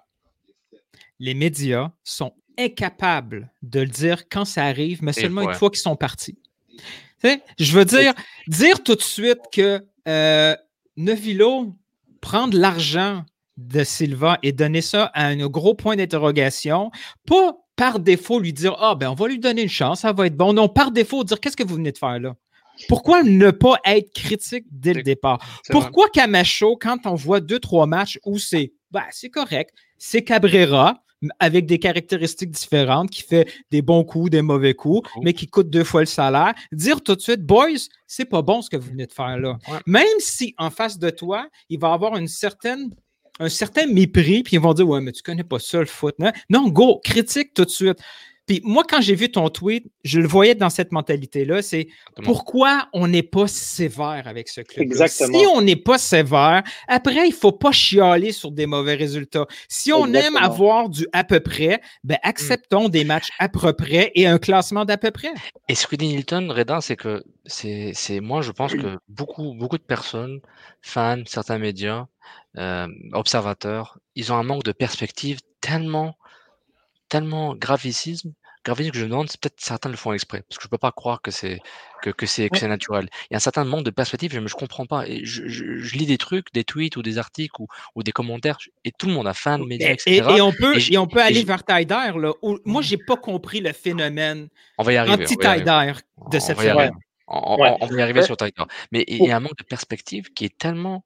Speaker 7: les médias sont incapables de le dire quand ça arrive, mais
Speaker 5: Et
Speaker 7: seulement
Speaker 5: ouais.
Speaker 7: une fois qu'ils sont partis? Tu sais, je veux dire, dire tout de suite que euh, Novilo prend de l'argent de Silva et donner ça à un gros point d'interrogation, pas par défaut lui dire « Ah, ben on va lui donner une chance, ça va être bon ». Non, par défaut, dire « Qu'est-ce que vous venez de faire là? » Pourquoi ne pas être critique dès le
Speaker 5: C'est-
Speaker 7: départ?
Speaker 5: c'est vrai.
Speaker 7: Pourquoi Camacho, quand on voit deux, trois matchs où c'est ben, c'est correct, c'est Cabrera avec des caractéristiques différentes, qui fait des bons coups, des mauvais coups,
Speaker 5: Cool.
Speaker 7: mais qui coûte deux fois le salaire, dire tout de suite, boys, c'est pas bon ce que vous venez de faire là.
Speaker 5: Ouais.
Speaker 7: Même si en face de toi, il va avoir une certaine, un certain mépris, puis ils vont dire, ouais, mais tu connais pas ça le foot. Non, non go, critique tout de suite. Puis moi, quand j'ai vu ton tweet, je le voyais dans cette mentalité-là, c'est
Speaker 5: Exactement.
Speaker 7: pourquoi on n'est pas sévère avec ce club.
Speaker 6: Exactement.
Speaker 7: Si on n'est pas sévère, après, il ne faut pas chialer sur des mauvais résultats. Si on
Speaker 6: Exactement.
Speaker 7: aime avoir du à peu près, ben acceptons des matchs à peu près et un classement d'à peu près.
Speaker 5: Et ce que dit Nilton, Reda, c'est que c'est, c'est, moi, je pense que beaucoup, beaucoup de personnes, fans, certains médias, euh, observateurs, ils ont un manque de perspective tellement, tellement gravicisme, gravicisme que je me demande si peut-être certains le font exprès, parce que je peux pas croire que c'est, que, que c'est, que c'est naturel. Il y a un certain manque de perspective, je ne je comprends pas. Et je, je, je lis des trucs, des tweets ou des articles ou, ou des commentaires, et tout le monde a fans, médias,
Speaker 7: Et,
Speaker 5: et
Speaker 7: et-
Speaker 5: cetera.
Speaker 7: et on peut,
Speaker 5: Et j-
Speaker 7: et on peut
Speaker 5: et
Speaker 7: aller
Speaker 5: j-
Speaker 7: vers Taider. Là, où- moi, je n'ai pas compris le phénomène
Speaker 5: On va y arriver. on va y arriver.
Speaker 7: anti-Taider de
Speaker 5: On
Speaker 7: cette
Speaker 5: va y
Speaker 7: semaine.
Speaker 5: arriver. On, on-
Speaker 6: Ouais.
Speaker 5: on va y arriver
Speaker 6: Ouais.
Speaker 5: sur Tiger. Mais il y a un manque de perspective qui est tellement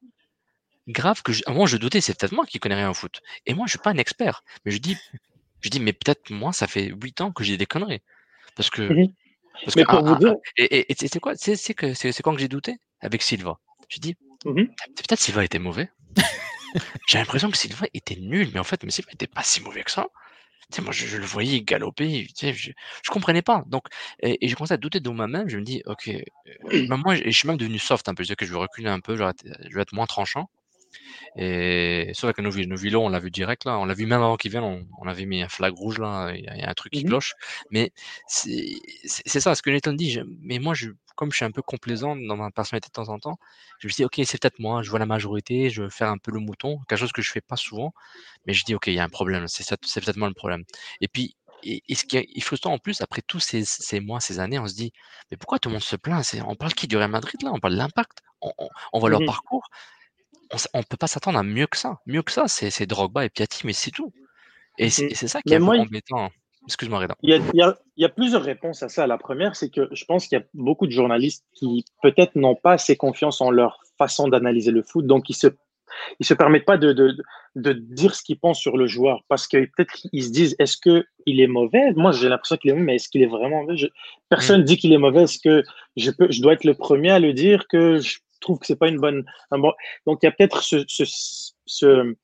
Speaker 5: grave que je, à un moment je doutais, c'est peut-être moi qui connais rien au foot. Et moi, je suis pas un expert. Mais je dis, je dis, mais peut-être moi, ça fait huit ans que j'ai des conneries. Parce que,
Speaker 6: Mhm.
Speaker 5: parce
Speaker 6: Mais
Speaker 5: que,
Speaker 6: pour
Speaker 5: un-
Speaker 6: vous
Speaker 5: un-
Speaker 6: dire,
Speaker 5: un- et, et, et c'est quoi, c'est, c'est que, c'est, c'est quand que j'ai douté avec Silva. Je dis,
Speaker 6: Mhm.
Speaker 5: peut-être Silva était mauvais. J'ai l'impression que Silva était nul, mais en fait, mais Silva était pas si mauvais que ça. Tu sais, moi, je, je le voyais galoper, tu sais, je, je comprenais pas. Donc, et, et j'ai commencé à douter de moi-même. Je me dis, ok, euh, même moi, je je suis même devenu soft un peu. Je dis que je vais reculer un peu, je vais être, je vais être moins tranchant. Et sauf avec Novilo, Novilo, on l'a vu direct là, on l'a vu même avant qu'il vienne, on, on avait mis un flag rouge là, il y, a il y a un truc qui
Speaker 6: Mhm.
Speaker 5: cloche. Mais c'est c'est- c'est ça, ce que Nathan dit. je- mais moi, je, comme je suis un peu complaisant dans ma personnalité de temps en temps, je me dis, ok, c'est peut-être moi, je vois la majorité, je veux faire un peu le mouton, quelque chose que je fais pas souvent. Mais je dis, ok, il y a un problème, c'est ça- c'est peut-être moi le problème. Et puis, et, et ce qui est frustrant en plus, après tous ces, ces mois, ces années, on se dit, mais pourquoi tout le monde se plaint? C'est- On parle qui du Real Madrid là? On parle de l'impact, on, on- on voit leur
Speaker 6: Mhm.
Speaker 5: parcours. On, s- on peut pas s'attendre à mieux que ça. Mieux que ça, c'est c'est Drogba et Piatti, mais c'est tout. Et c'est
Speaker 6: Mhm.
Speaker 5: et c'est ça qui est
Speaker 6: Mais
Speaker 5: un peu
Speaker 6: moi,
Speaker 5: embêtant. Excuse-moi, Reda.
Speaker 6: il y a, il y a- il y a plusieurs réponses à ça. La première, c'est que je pense qu'il y a beaucoup de journalistes qui peut-être n'ont pas assez confiance en leur façon d'analyser le foot, donc ils se ils se permettent pas de, de, de dire ce qu'ils pensent sur le joueur parce que peut-être qu'ils se disent est-ce que il est mauvais? Moi, j'ai l'impression qu'il est mauvais, mais est-ce qu'il est vraiment mauvais? Je- Personne
Speaker 5: Mm.
Speaker 6: dit qu'il est mauvais. Est-ce que je peux, je dois être le premier à le dire que je trouve que c'est pas une bonne. Un bon... Donc il y a peut-être ce, ce, ce,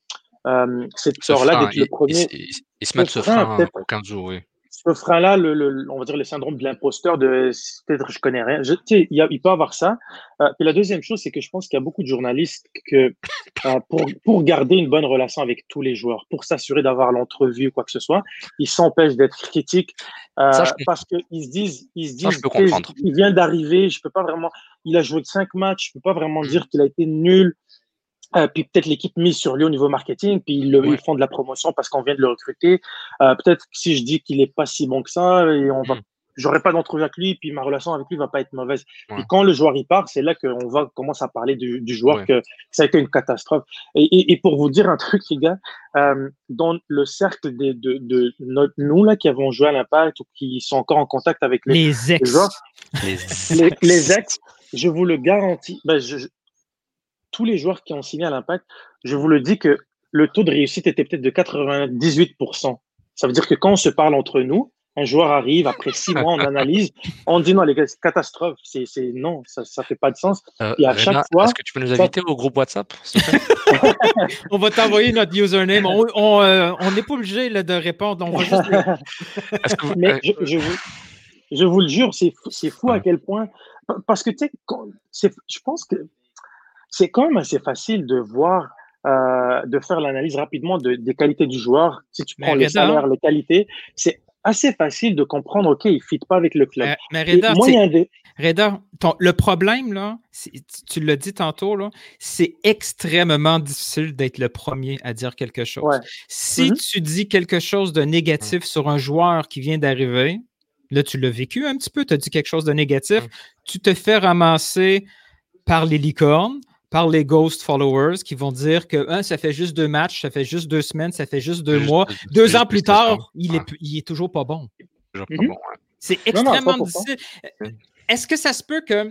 Speaker 6: euh, cette
Speaker 5: Ce
Speaker 6: peur-là
Speaker 5: frein,
Speaker 6: d'être le
Speaker 5: il,
Speaker 6: premier.
Speaker 5: il, il, il se met ce
Speaker 6: frein,
Speaker 5: frein
Speaker 6: peut-être,
Speaker 5: pour quinze jours, oui.
Speaker 6: ce frein-là, le, le, on va dire le syndrome de l'imposteur, de peut-être je connais rien. Je, tu sais, il, y a, il peut avoir ça. Euh, puis la deuxième chose, c'est que je pense qu'il y a beaucoup de journalistes que euh, pour, pour garder une bonne relation avec tous les joueurs, pour s'assurer d'avoir l'entrevue ou quoi que ce soit, ils s'empêchent d'être critiques euh,
Speaker 5: Ça, je
Speaker 6: parce qu'ils se disent, ils se
Speaker 5: Ça, je
Speaker 6: disent,
Speaker 5: peux
Speaker 6: tu sais,
Speaker 5: comprendre.
Speaker 6: il vient d'arriver, je peux pas vraiment, il a joué que cinq matchs, je peux pas vraiment
Speaker 5: Mm.
Speaker 6: dire qu'il a été nul. Euh, puis peut-être l'équipe mise sur lui au niveau marketing, puis ils, le,
Speaker 5: Ouais.
Speaker 6: ils font de la promotion parce qu'on vient de le recruter. Euh, peut-être que si je dis qu'il est pas si bon que ça, et on va,
Speaker 5: Mm.
Speaker 6: j'aurai pas d'entrevue avec lui, puis ma relation avec lui va pas être mauvaise.
Speaker 5: Ouais.
Speaker 6: Puis quand le joueur y part, c'est là qu'on va commence à parler du, du joueur
Speaker 5: Ouais.
Speaker 6: que ça a été une catastrophe. Et, et, et pour vous dire un truc, les gars, euh, dans le cercle de, de, de notre, nous là qui avons joué à l'Impact ou qui sont encore en contact avec les,
Speaker 7: Les
Speaker 6: les
Speaker 7: ex.
Speaker 6: joueurs,
Speaker 5: Les,
Speaker 6: les, les ex, je vous le garantis. Ben, je, je- tous les joueurs qui ont signé à l'Impact, je vous le dis que le taux de réussite était peut-être de quatre-vingt-dix-huit pour cent. Ça veut dire que quand on se parle entre nous, un joueur arrive, après six mois, on analyse, on dit non, les gars, c'est catastrophe, c'est, c'est, non, ça ne fait pas de sens.
Speaker 5: Euh,
Speaker 6: Et à
Speaker 5: Reda,
Speaker 6: chaque fois,
Speaker 5: est-ce que tu peux nous
Speaker 6: ça-
Speaker 5: inviter au groupe WhatsApp, s'il te plaît?
Speaker 7: On va t'envoyer notre username. On on, euh, on n'est pas obligé là, de répondre. On va juste.
Speaker 5: Est-ce que vous-
Speaker 6: mais
Speaker 5: euh,
Speaker 6: je, je vous, je vous le jure, c'est fou, c'est fou à
Speaker 5: Ouais.
Speaker 6: quel point. Parce que, tu sais, quand- c'est- je pense que c'est quand même assez facile de voir, euh, de faire l'analyse rapidement de, des qualités du joueur. Si tu
Speaker 7: Mais
Speaker 6: prends les
Speaker 7: Reda,
Speaker 6: salaires, les qualités, c'est assez facile de comprendre, OK, il ne fit pas avec le club.
Speaker 7: mais, mais
Speaker 6: Et
Speaker 7: Reda,
Speaker 6: moi,
Speaker 7: tu
Speaker 6: il y
Speaker 7: sais,
Speaker 6: a un des-
Speaker 7: Reda, ton- le problème, là, c'est- tu, tu l'as dit tantôt, là, c'est extrêmement difficile d'être le premier à dire quelque chose.
Speaker 6: Ouais.
Speaker 7: Si
Speaker 6: Mhm.
Speaker 7: tu dis quelque chose de négatif sur un joueur qui vient d'arriver, là, tu l'as vécu un petit peu, tu as dit quelque chose de négatif,
Speaker 5: Mm.
Speaker 7: tu te fais ramasser par les licornes, par les ghost followers qui vont dire que hein, ça fait juste deux matchs, ça fait juste deux semaines, ça fait juste deux
Speaker 5: Juste-
Speaker 7: mois.
Speaker 5: juste-
Speaker 7: Deux
Speaker 5: juste
Speaker 7: ans plus
Speaker 5: deux saisons.
Speaker 7: tard, il
Speaker 5: Ouais.
Speaker 7: est, il est toujours pas bon.
Speaker 5: Toujours pas
Speaker 6: Mhm.
Speaker 5: bon, ouais.
Speaker 7: C'est
Speaker 6: Non, non,
Speaker 7: extrêmement
Speaker 6: cent pour cent.
Speaker 7: difficile. Est-ce que ça se peut que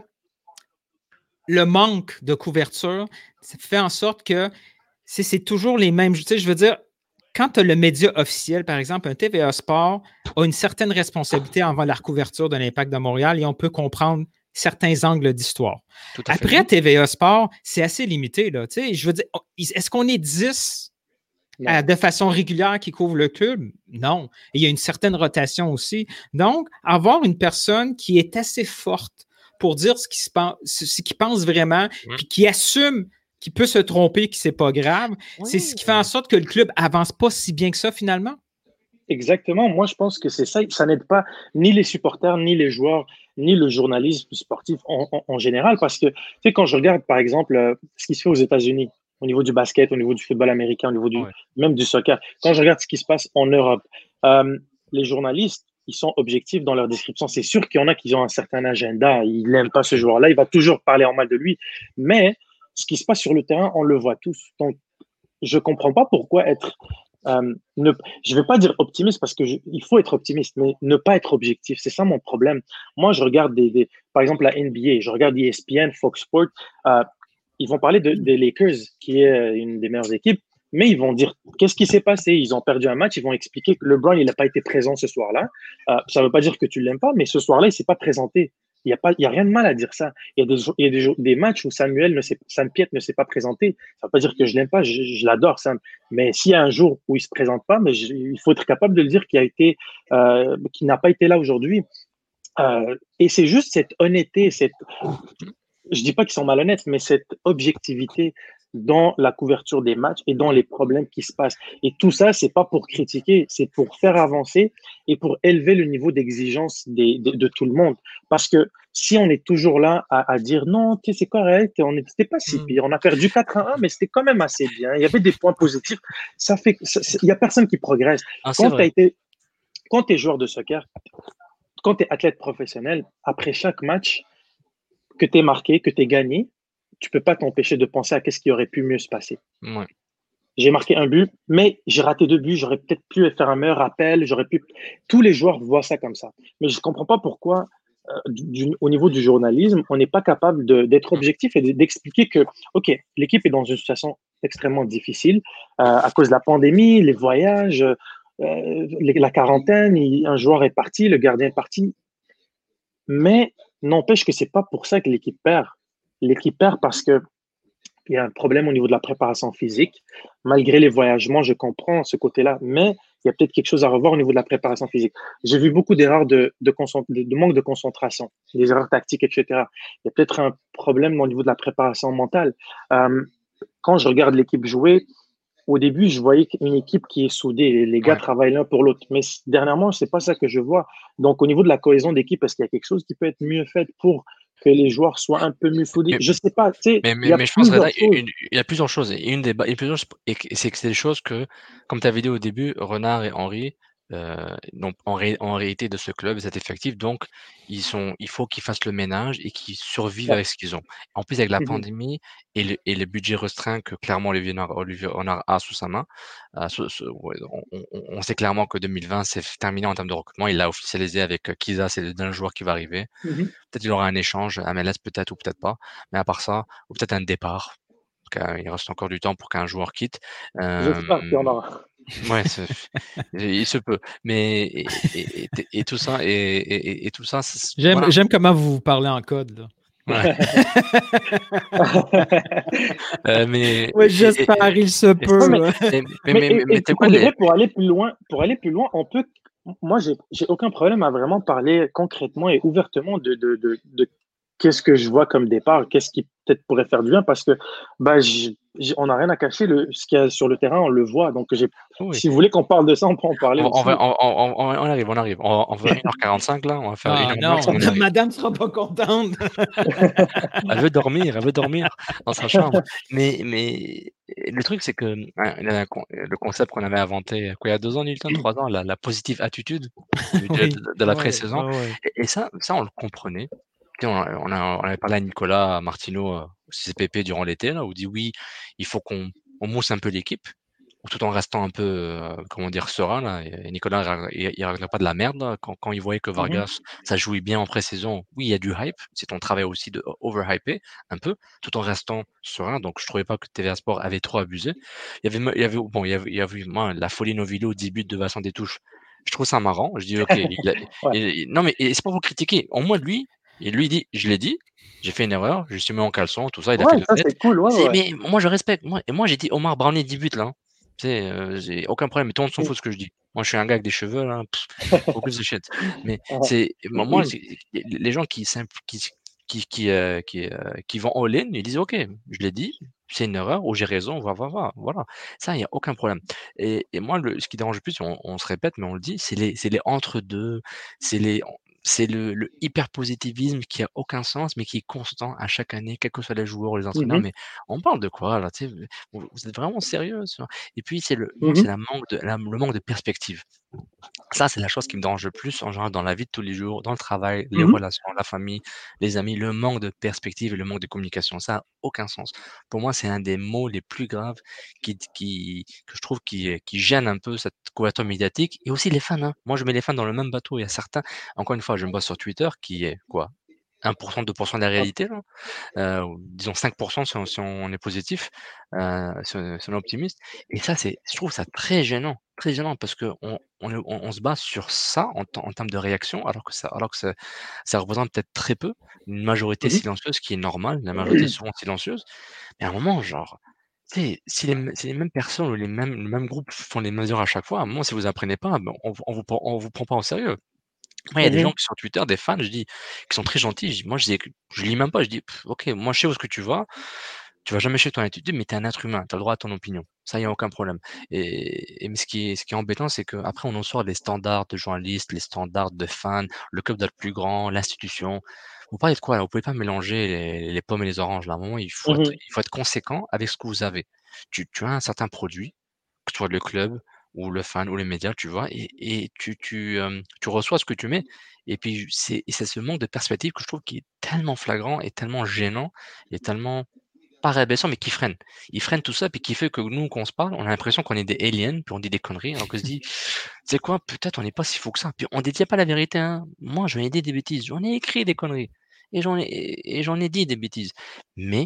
Speaker 7: le manque de couverture ça fait en sorte que c'est, c'est toujours les mêmes. Tu sais, je veux dire, quand tu as le média officiel, par exemple, un T V A Sport a une certaine responsabilité envers la couverture de l'Impact de Montréal et on peut comprendre certains angles d'histoire.
Speaker 5: Tout à fait.
Speaker 7: Après T V A Sport, c'est assez limité. Là, tu sais, je veux dire, est-ce qu'on est dix
Speaker 6: Non.
Speaker 7: euh, de façon régulière qui couvrent le club? Non. Et il y a une certaine rotation aussi. Donc, avoir une personne qui est assez forte pour dire ce qu'il se pense, ce qu'il pense vraiment,
Speaker 5: Mm.
Speaker 7: puis qui assume qu'il peut se tromper, que c'est pas grave, c'est ce qui fait en sorte que le club avance pas si bien que ça finalement.
Speaker 6: Exactement. Moi, je pense que c'est ça. Ça n'aide pas ni les supporters, ni les joueurs, ni le journalisme sportif en, en- en général. Parce que, tu sais, quand je regarde, par exemple, euh, ce qui se fait aux États-Unis, au niveau du basket, au niveau du football américain, au niveau du,
Speaker 5: Ouais.
Speaker 6: même du soccer, quand je regarde ce qui se passe en Europe, euh, les journalistes, ils sont objectifs dans leur description. C'est sûr qu'il y en a qui ont un certain agenda. Ils n'aiment pas ce joueur-là. Il va toujours parler en mal de lui. Mais ce qui se passe sur le terrain, on le voit tous. Donc, je comprends pas pourquoi être euh, ne, je vais pas dire optimiste parce que je, il faut être optimiste, mais ne pas être objectif, c'est ça mon problème. Moi, je regarde des, des par exemple la N B A, je regarde E S P N, Fox Sports, euh, ils vont parler de, des Lakers, qui est une des meilleures équipes, mais ils vont dire qu'est-ce qui s'est passé. Ils ont perdu un match, ils vont expliquer que LeBron il n'a pas été présent ce soir-là. Euh, ça veut pas dire que tu l'aimes pas, mais ce soir-là il s'est pas présenté. Il n'y a, pas, il y a rien de mal à dire ça. Il y a des, il y a des, des matchs où Samuel ne s'est, Sam Piet ne s'est pas présenté. Ça ne veut pas dire que je l'aime pas, je, je l'adore, Sam. Mais s'il y a un jour où il ne se présente pas, mais je, il faut être capable de le dire qu'il a été, euh, qu'il n'a pas été là aujourd'hui. Euh, et c'est juste cette honnêteté, cette, je ne dis pas qu'ils sont malhonnêtes, mais cette objectivité dans la couverture des matchs et dans les problèmes qui se passent. Et tout ça, c'est pas pour critiquer, c'est pour faire avancer et pour élever le niveau d'exigence des, de, de tout le monde. Parce que si on est toujours là à, à dire non, tu sais, c'est correct, on n'était pas si pire, on a perdu quatre à un, mais c'était quand même assez bien. Il y avait des points positifs. Ça fait, ça, il y a personne qui progresse.
Speaker 5: Ah, c'est
Speaker 6: quand tu
Speaker 5: vrai.
Speaker 6: été, quand tu es joueur de soccer, quand tu es athlète professionnel, après chaque match que tu es marqué, que tu es gagné, tu peux pas t'empêcher de penser à qu'est-ce qui aurait pu mieux se passer.
Speaker 5: Ouais.
Speaker 6: J'ai marqué un but, mais j'ai raté deux buts. J'aurais peut-être pu faire un meilleur appel. J'aurais pu. Tous les joueurs voient ça comme ça. Mais je ne comprends pas pourquoi, euh, du, au niveau du journalisme, on n'est pas capable de, d'être objectif et de, d'expliquer que, OK, l'équipe est dans une situation extrêmement difficile euh, à cause de la pandémie, les voyages, euh, les, la quarantaine. Il, un joueur est parti, le gardien est parti. Mais n'empêche que c'est pas pour ça que l'équipe perd. L'équipe perd parce que il y a un problème au niveau de la préparation physique. Malgré les voyagements, je comprends ce côté-là, mais il y a peut-être quelque chose à revoir au niveau de la préparation physique. J'ai vu beaucoup d'erreurs de, de, concent- de, de manque de concentration, des erreurs tactiques, et cetera. Il y a peut-être un problème au niveau de la préparation mentale. Euh, quand je regarde l'équipe jouer, au début, je voyais une équipe qui est soudée. Les gars
Speaker 5: Ouais.
Speaker 6: travaillent l'un pour l'autre. Mais c- dernièrement, c'est pas ça que je vois. Donc, au niveau de la cohésion d'équipe, est-ce qu'il y a quelque chose qui peut être mieux fait pour que les joueurs soient un peu mieux soudés?
Speaker 5: Mais,
Speaker 6: Je sais pas. Tu sais,
Speaker 5: mais,
Speaker 6: il
Speaker 5: mais,
Speaker 6: y a
Speaker 5: mais je pense,
Speaker 6: plusieurs
Speaker 5: Reda,
Speaker 6: choses.
Speaker 5: une- il y a plusieurs choses. Et une des, ba- et plusieurs choses- et que- c'est que c'est des choses que, comme tu avais dit au début, Renard et Henry euh, n'ont en, ré- en réalité de ce club, cet effectif. Donc, ils sont, il faut qu'ils fassent le ménage et qu'ils survivent
Speaker 6: Ouais.
Speaker 5: avec ce qu'ils ont. En plus, avec la
Speaker 6: Mhm.
Speaker 5: pandémie et le, et le budget restreint que clairement Olivier Renard, Olivier Renard a sous sa main, euh, sous- sous- ouais, on, on- on sait clairement que deux mille vingt, c'est terminé en termes de recrutement. Il l'a officialisé avec euh, Kiza, c'est le dernier joueur qui va arriver.
Speaker 6: Mhm.
Speaker 5: Peut-être il aura un échange, M L S peut-être ou peut-être pas. Mais à part ça, ou peut-être un départ. Donc, euh, il reste encore du temps pour qu'un joueur quitte. Euh,
Speaker 6: J'espère qu'il y en aura.
Speaker 5: ouais, c'est- il se peut. Mais et, et, et, et tout ça, et, et, et tout ça, c'est-
Speaker 7: J'aime,
Speaker 5: voilà.
Speaker 7: j'aime comment vous vous parlez en code. Là.
Speaker 5: Ouais. Euh, mais
Speaker 7: Oui,
Speaker 5: et- et-
Speaker 7: j'espère, il se
Speaker 6: Non,
Speaker 7: peut.
Speaker 6: mais,
Speaker 7: là.
Speaker 5: mais, mais,
Speaker 6: mais
Speaker 5: mais,
Speaker 6: et,
Speaker 5: mais, mais
Speaker 6: et
Speaker 5: t'es
Speaker 6: pour
Speaker 5: quoi
Speaker 6: de
Speaker 5: les.
Speaker 6: vrai, pour aller plus loin, pour aller plus loin, on peut. Moi, j'ai, j'ai aucun problème à vraiment parler concrètement et ouvertement de, de, de, de qu'est-ce que je vois comme départ, qu'est-ce qui peut-être pourrait faire du bien, parce que bah, j'ai- j'ai- on n'a rien à cacher. Le, ce qu'il y a sur le terrain, on le voit. Donc, j'ai,
Speaker 5: Oui.
Speaker 6: si vous voulez qu'on parle de ça, on peut en parler
Speaker 5: On, on
Speaker 6: aussi.
Speaker 5: va, on, on, on, on arrive, on arrive. On, on veut une heure quarante-cinq là, on va faire
Speaker 7: Ah
Speaker 5: une heure
Speaker 7: non,
Speaker 5: max, on y arrive.
Speaker 7: madame sera pas contente.
Speaker 5: Elle veut dormir, elle veut dormir dans sa chambre. Mais, mais le truc, c'est que hein, la- le concept qu'on avait inventé quoi, il y a deux ans, Newton, trois ans, la, la positive attitude du- de,
Speaker 7: Oui,
Speaker 5: de- de la
Speaker 7: ouais,
Speaker 5: pré-saison.
Speaker 7: ouais, ouais.
Speaker 5: Et, et ça, ça, on le comprenait. Tu sais, On, a- on, a- on avait parlé à Nicolas Martineau euh, au C P P durant l'été, là, où il dit oui, il faut qu'on on mousse un peu l'équipe, tout en restant un peu, euh, comment dire, serein. Là. Et Nicolas, il, il racontait pas de la merde là, quand, quand il voyait que
Speaker 6: Mhm.
Speaker 5: Vargas, ça jouait bien en pré-saison. Oui, il y a du hype, c'est ton travail aussi de overhyper un peu, tout en restant serein. Donc, je trouvais pas que T V A Sport avait trop abusé. Il y avait, il y avait, bon, il y avait, il y avait moi, la folie Novillo, dix buts de Vincent Détouche. Je trouve ça marrant. Je dis, ok, il a-
Speaker 6: Ouais.
Speaker 5: il- non, mais et c'est pas pour critiquer. Au moins, lui, et lui dit, je l'ai dit, j'ai fait une erreur, je suis mis en caleçon, tout ça, il a fait
Speaker 6: Ouais,
Speaker 5: le
Speaker 6: ça
Speaker 5: fait.
Speaker 6: c'est cool. Ouais,
Speaker 5: C'est-
Speaker 6: ouais.
Speaker 5: Mais moi, je respecte. Moi, et moi, j'ai dit Omar Brownie dix buts là. hein. Tu sais, euh, j'ai aucun problème. Mais tout le monde s'en
Speaker 6: Mm.
Speaker 5: fout de ce que je dis. Moi, je suis un gars avec des cheveux là. Pff, beaucoup de shit. Mais
Speaker 6: Ouais.
Speaker 5: c'est moi, moi, c'est- les gens qui simp- qui qui qui, euh, qui, euh, qui vont all-in, ils disent ok, je l'ai dit, c'est une erreur ou j'ai raison, va va va. Voilà. Ça, il y a aucun problème. Et, et moi, le, ce qui dérange le plus, on, on se répète, mais on le dit, c'est les c'est les entre-deux, c'est les c'est le, le hyper positivisme qui a aucun sens, mais qui est constant à chaque année, quels que soient les joueurs ou les entraîneurs.
Speaker 6: Mhm.
Speaker 5: Mais on parle de quoi là tu sais, vous, vous êtes vraiment sérieux ça Et puis c'est le, moi,
Speaker 6: Mhm.
Speaker 5: c'est la manque de, la- le manque de perspective. Ça, c'est la chose qui me dérange le plus en général dans la vie de tous les jours, dans le travail, les
Speaker 6: Mhm.
Speaker 5: relations, la famille, les amis, le manque de perspective et le manque de communication. Ça n'a aucun sens. Pour moi, c'est un des mots les plus graves qui, qui, que je trouve qui, qui gêne un peu cette couverture médiatique et aussi les fans. hein. Moi, je mets les fans dans le même bateau. Il y a certains, encore une fois, je me base sur Twitter qui est quoi un pour cent, deux pour cent de la réalité, là. Euh, ou disons cinq pour cent si on, si on est positif, euh, si, on, si on est optimiste. Et ça, c'est, je trouve ça très gênant, très gênant parce que on, on, est- on, on se base sur ça en, en termes de réaction, alors que ça, alors que ça, ça représente peut-être très peu, une majorité
Speaker 6: Mhm.
Speaker 5: silencieuse qui est normale, la majorité est souvent silencieuse. Mais à un moment, genre, tu sais, si les, m- si les mêmes personnes ou les mêmes, le même groupe font les mesures à chaque fois, à un moment, si vous apprenez pas, ben, on, on vous, prend- on vous prend pas au sérieux. Moi, il y a des gens
Speaker 6: Mhm.
Speaker 5: qui sur Twitter, des fans, je dis, qui sont très gentils. Je dis, moi, je dis, je lis même pas. Je dis, Pff, ok, moi, je sais où est-ce que tu vas. Tu vas jamais chez toi. Et tu te dis, mais t'es un être humain. T'as le droit à ton opinion. Ça, y a aucun problème. Et, et mais ce qui est, ce qui est embêtant, c'est qu'après, on en sort les standards de journalistes, les standards de fans, le club doit être plus grand, l'institution. Vous parlez de quoi, là? Vous pouvez pas mélanger les, les pommes et les oranges, là. À un moment, il faut être,
Speaker 6: Mhm.
Speaker 5: il faut être conséquent avec ce que vous avez. Tu, tu as un certain produit, que ce soit le club ou le fan ou les médias, tu vois, et, et tu, tu, euh, tu reçois ce que tu mets. Et puis, c'est, et c'est ce manque de perspective que je trouve qui est tellement flagrant et tellement gênant et tellement pas rabaissant, mais qui freine. Il freine tout ça, puis qui fait que nous, quand on se parle, on a l'impression qu'on est des aliens, puis on dit des conneries, alors qu'on se dit, c'est quoi, peut-être on n'est pas si fou que ça. Puis on ne détient pas la vérité, hein. Moi, j'en ai dit des bêtises, j'en ai écrit des conneries, et j'en ai, et j'en ai dit des bêtises. Mais,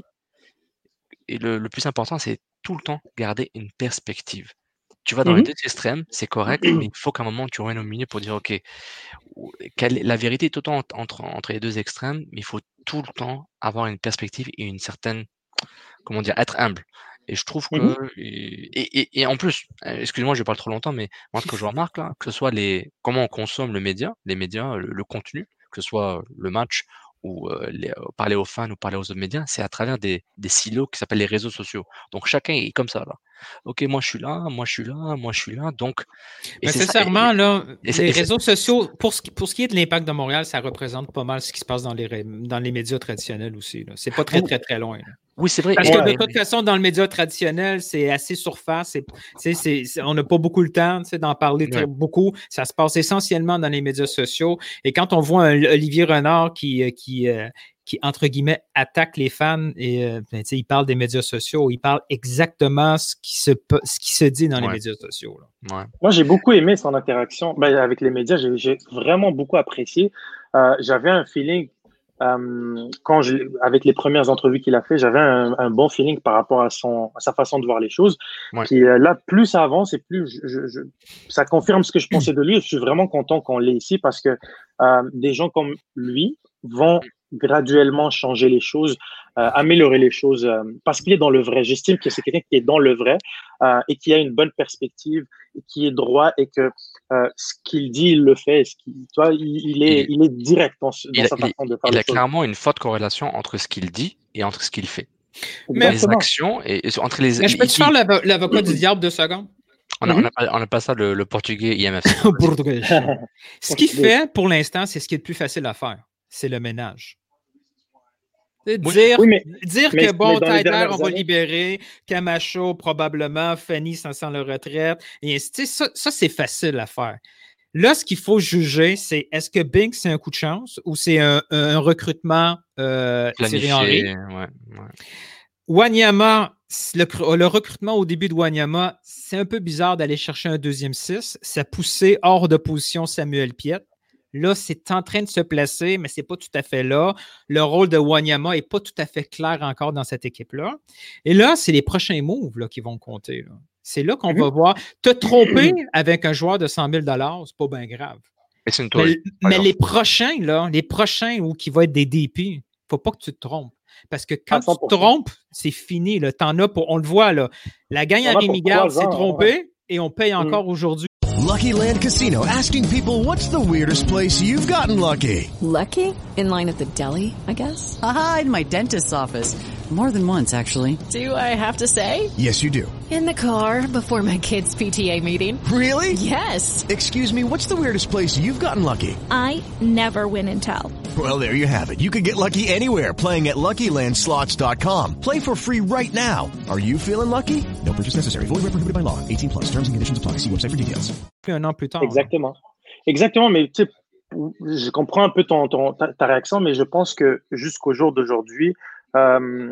Speaker 5: et le, le plus important, c'est tout le temps garder une perspective. Tu vas dans les
Speaker 6: Mhm.
Speaker 5: deux extrêmes, c'est correct, mais il faut qu'à un moment tu reviennes au milieu pour dire ok, ou- quelle est- la vérité est autant entre, entre, entre les deux extrêmes, mais il faut tout le temps avoir une perspective et une certaine, comment dire, être humble. Et je trouve que,
Speaker 6: Mhm.
Speaker 5: et, et, et en plus, euh, excuse-moi, je parle trop longtemps, mais moi, ce que je remarque là, que ce soit les, comment on consomme le média, les médias, le, le contenu, que ce soit le match ou euh, les, euh, parler aux fans ou parler aux autres médias, c'est à travers des, des silos qui s'appellent les réseaux sociaux. Donc chacun est comme ça là. Ok, moi je suis là, moi je suis là, moi je suis là. Donc, et
Speaker 7: Mais
Speaker 5: c'est ça.
Speaker 7: sincèrement, là,
Speaker 5: Et, et,
Speaker 7: les
Speaker 5: et
Speaker 7: réseaux sociaux, pour ce, qui, pour ce qui est de l'impact de Montréal, ça représente pas mal ce qui se passe dans les, dans les médias traditionnels aussi. Là. C'est pas très, très, très loin. Là.
Speaker 5: Oui, c'est vrai.
Speaker 7: Parce
Speaker 5: Et,
Speaker 7: que
Speaker 6: Ouais.
Speaker 7: de toute façon, dans le média traditionnel, c'est assez surface. C'est, c'est, c'est, c'est, on n'a pas beaucoup le temps d'en parler très,
Speaker 5: ouais.
Speaker 7: beaucoup. Ça se passe essentiellement dans les médias sociaux. Et quand on voit un Olivier Renard qui, qui, euh, qui entre guillemets, attaque les fans et euh, ben, il parle des médias sociaux, il parle exactement ce qui se, ce qui se dit dans
Speaker 5: ouais.
Speaker 7: les médias sociaux. Là.
Speaker 5: Ouais.
Speaker 6: Moi, j'ai beaucoup aimé son interaction ben, avec les médias. J'ai, j'ai vraiment beaucoup apprécié. Euh, j'avais un feeling, euh, quand je, avec les premières entrevues qu'il a fait, j'avais un, un bon feeling par rapport à, son, à sa façon de voir les choses.
Speaker 5: Ouais.
Speaker 6: Puis euh, là, plus ça avance et plus je, je, je, ça confirme ce que je pensais de lui. Je suis vraiment content qu'on l'ait ici parce que euh, des gens comme lui vont graduellement changer les choses, euh, améliorer les choses, euh, parce qu'il est dans le vrai. J'estime que c'est quelqu'un qui est dans le vrai euh, et qui a une bonne perspective, et qui est droit et que euh, ce qu'il dit, il le fait. Ce qu'il, tu vois, il, il, est, il, il est direct dans, dans
Speaker 5: il,
Speaker 6: sa
Speaker 5: il,
Speaker 6: façon de faire
Speaker 5: il
Speaker 6: les
Speaker 5: a
Speaker 6: choses.
Speaker 5: clairement une forte corrélation entre ce qu'il dit et entre ce qu'il fait.
Speaker 7: Mais,
Speaker 5: les actions et, et entre les.
Speaker 7: Mais je peux te faire l'avo- l'avocat du diable deux secondes?
Speaker 5: On n'a mm-hmm. pas ça le, le portugais I M F.
Speaker 7: Portugais. Ce qu'il fait pour l'instant, c'est ce qui est le plus facile à faire. C'est le ménage. C'est
Speaker 6: oui.
Speaker 7: Dire,
Speaker 6: oui, mais,
Speaker 7: dire
Speaker 6: mais,
Speaker 7: que bon, Taider, on va
Speaker 6: années...
Speaker 7: libérer, Camacho, probablement, Fanny s'en sent le retraite. Et ça, ça c'est facile à faire. Là, ce qu'il faut juger, c'est est-ce que Bing, c'est un coup de chance ou c'est un, un recrutement euh, tiré en riz?
Speaker 5: Ouais, ouais.
Speaker 7: Wanyama, le, le recrutement au début de Wanyama, c'est un peu bizarre d'aller chercher un deuxième six. Ça poussait hors de position Samuel Piette. Là, c'est en train de se placer, mais ce n'est pas tout à fait là. Le rôle de Wanyama n'est pas tout à fait clair encore dans cette équipe-là. Et là, c'est les prochains moves là, qui vont compter. Là. C'est là qu'on mm-hmm. va voir. Te tromper avec un joueur de cent mille dollars, c'est pas bien grave.
Speaker 5: Mais, c'est une
Speaker 7: mais, mais les prochains, là, les prochains où qui vont être des D P, il ne faut pas que tu te trompes. Parce que quand tu te trompes, c'est fini. Là. T'en as pour, on le voit, là. La gang à Rémi Garde s'est trompée et on paye encore mm. aujourd'hui.
Speaker 8: Lucky Land Casino, asking people, what's the weirdest place you've gotten lucky?
Speaker 9: Lucky? In line at the deli, I guess?
Speaker 10: Aha, in my dentist's office. More than once, actually.
Speaker 9: Do I have to say?
Speaker 8: Yes, you do.
Speaker 9: In the car before my kids' P T A meeting.
Speaker 8: Really?
Speaker 9: Yes.
Speaker 8: Excuse me, what's the weirdest place you've gotten lucky?
Speaker 11: I never win and tell.
Speaker 8: Well, there you have it. You can get lucky anywhere, playing at Lucky Land Slots dot com. Play for free right now. Are you feeling lucky? No purchase necessary. Void where prohibited by law. eighteen plus. Terms and conditions apply. See website for details.
Speaker 7: Un an plus tard.
Speaker 6: Exactement. Hein. Exactement, mais tu sais, je comprends un peu ton, ton, ta, ta réaction, mais je pense que jusqu'au jour d'aujourd'hui, euh,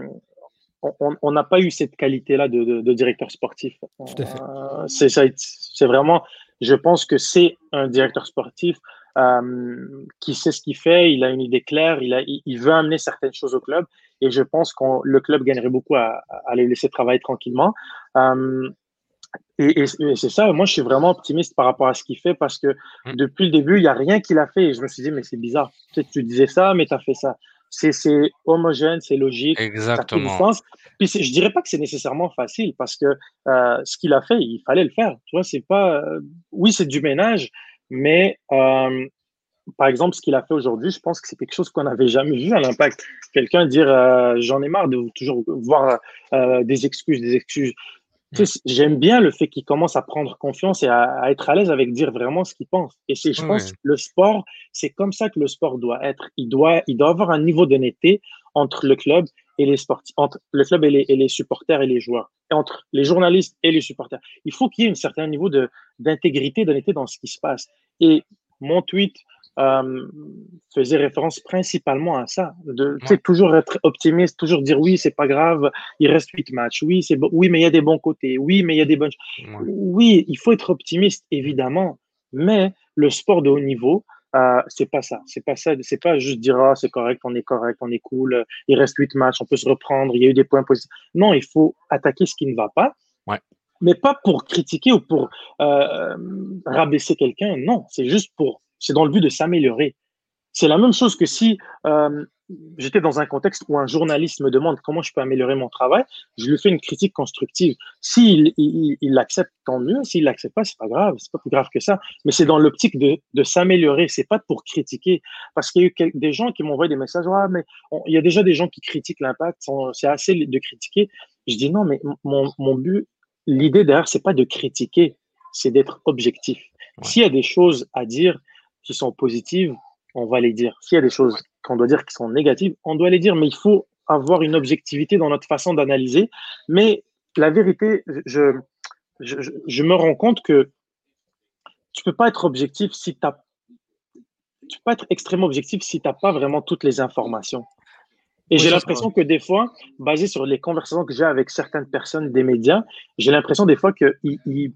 Speaker 6: on n'a pas eu cette qualité-là de, de, de directeur sportif.
Speaker 7: Tout à fait.
Speaker 6: Euh, c'est, c'est vraiment, je pense que c'est un directeur sportif euh, qui sait ce qu'il fait, il a une idée claire, il, a, il, il veut amener certaines choses au club, et je pense que le club gagnerait beaucoup à, à les laisser travailler tranquillement. Euh, Et, et, et c'est ça, moi je suis vraiment optimiste par rapport à ce qu'il fait parce que mmh. depuis le début, il n'y a rien qu'il a fait et je me suis dit, mais c'est bizarre. Tu sais, tu disais ça, mais tu as fait ça. C'est, c'est homogène, c'est logique.
Speaker 5: Exactement.
Speaker 6: Ça fait du sens. Puis je dirais pas que c'est nécessairement facile parce que euh, ce qu'il a fait, il fallait le faire. Tu vois, c'est pas. Euh, oui, c'est du ménage, mais euh, par exemple, ce qu'il a fait aujourd'hui, je pense que c'est quelque chose qu'on n'avait jamais vu à l'Impact. Quelqu'un dire euh, j'en ai marre de toujours voir euh, des excuses, des excuses. Tu sais, j'aime bien le fait qu'il commence à prendre confiance et à, à être à l'aise avec dire vraiment ce qu'il pense. Et c'est, je oui. pense que le sport, c'est comme ça que le sport doit être. Il doit, il doit avoir un niveau d'honnêteté entre le club et les sportifs, entre le club et les, et les supporters et les joueurs, et entre les journalistes et les supporters. Il faut qu'il y ait un certain niveau de, d'intégrité, d'honnêteté dans ce qui se passe. Et mon tweet euh, faisait référence principalement à ça, de ouais. toujours être optimiste, toujours dire oui, c'est pas grave, il reste huit matchs, oui, c'est bon, oui, mais il y a des bons côtés, oui, mais il y a des bonnes ouais. oui, il faut être optimiste évidemment, mais le sport de haut niveau, euh, c'est pas ça, c'est pas ça, c'est pas juste dire ah, c'est correct, on est correct, on est cool, il reste huit matchs, on peut se reprendre, il y a eu des points positifs. Non, il faut attaquer ce qui ne va pas.
Speaker 5: Ouais.
Speaker 6: Mais pas pour critiquer ou pour euh, rabaisser quelqu'un, non, c'est juste pour c'est dans le but de s'améliorer. C'est la même chose que si euh, j'étais dans un contexte où un journaliste me demande comment je peux améliorer mon travail, je lui fais une critique constructive. S'il il, il l'accepte, tant mieux. S'il l'accepte pas, c'est pas grave, c'est pas plus grave que ça. Mais c'est dans l'optique de, de s'améliorer, c'est pas pour critiquer. Parce qu'il y a eu quel- des gens qui m'envoient des messages, ouais, mais on- il y a déjà des gens qui critiquent l'impact, sont- c'est assez de critiquer. Je dis non, mais mon, mon but, l'idée derrière, c'est pas de critiquer, c'est d'être objectif.
Speaker 5: Ouais.
Speaker 6: S'il y a des choses à dire qui sont positives, on va les dire. S'il y a des choses qu'on doit dire qui sont négatives, on doit les dire, mais il faut avoir une objectivité dans notre façon d'analyser. Mais la vérité, je, je, je, je me rends compte que tu peux pas être objectif si t'as, tu peux pas être extrêmement objectif si tu n'as pas vraiment toutes les informations. Et
Speaker 5: Oui,
Speaker 6: j'ai
Speaker 5: ça, c'est
Speaker 6: l'impression
Speaker 5: vrai.
Speaker 6: que des fois, basé sur les conversations que j'ai avec certaines personnes des médias, j'ai l'impression des fois qu'il il,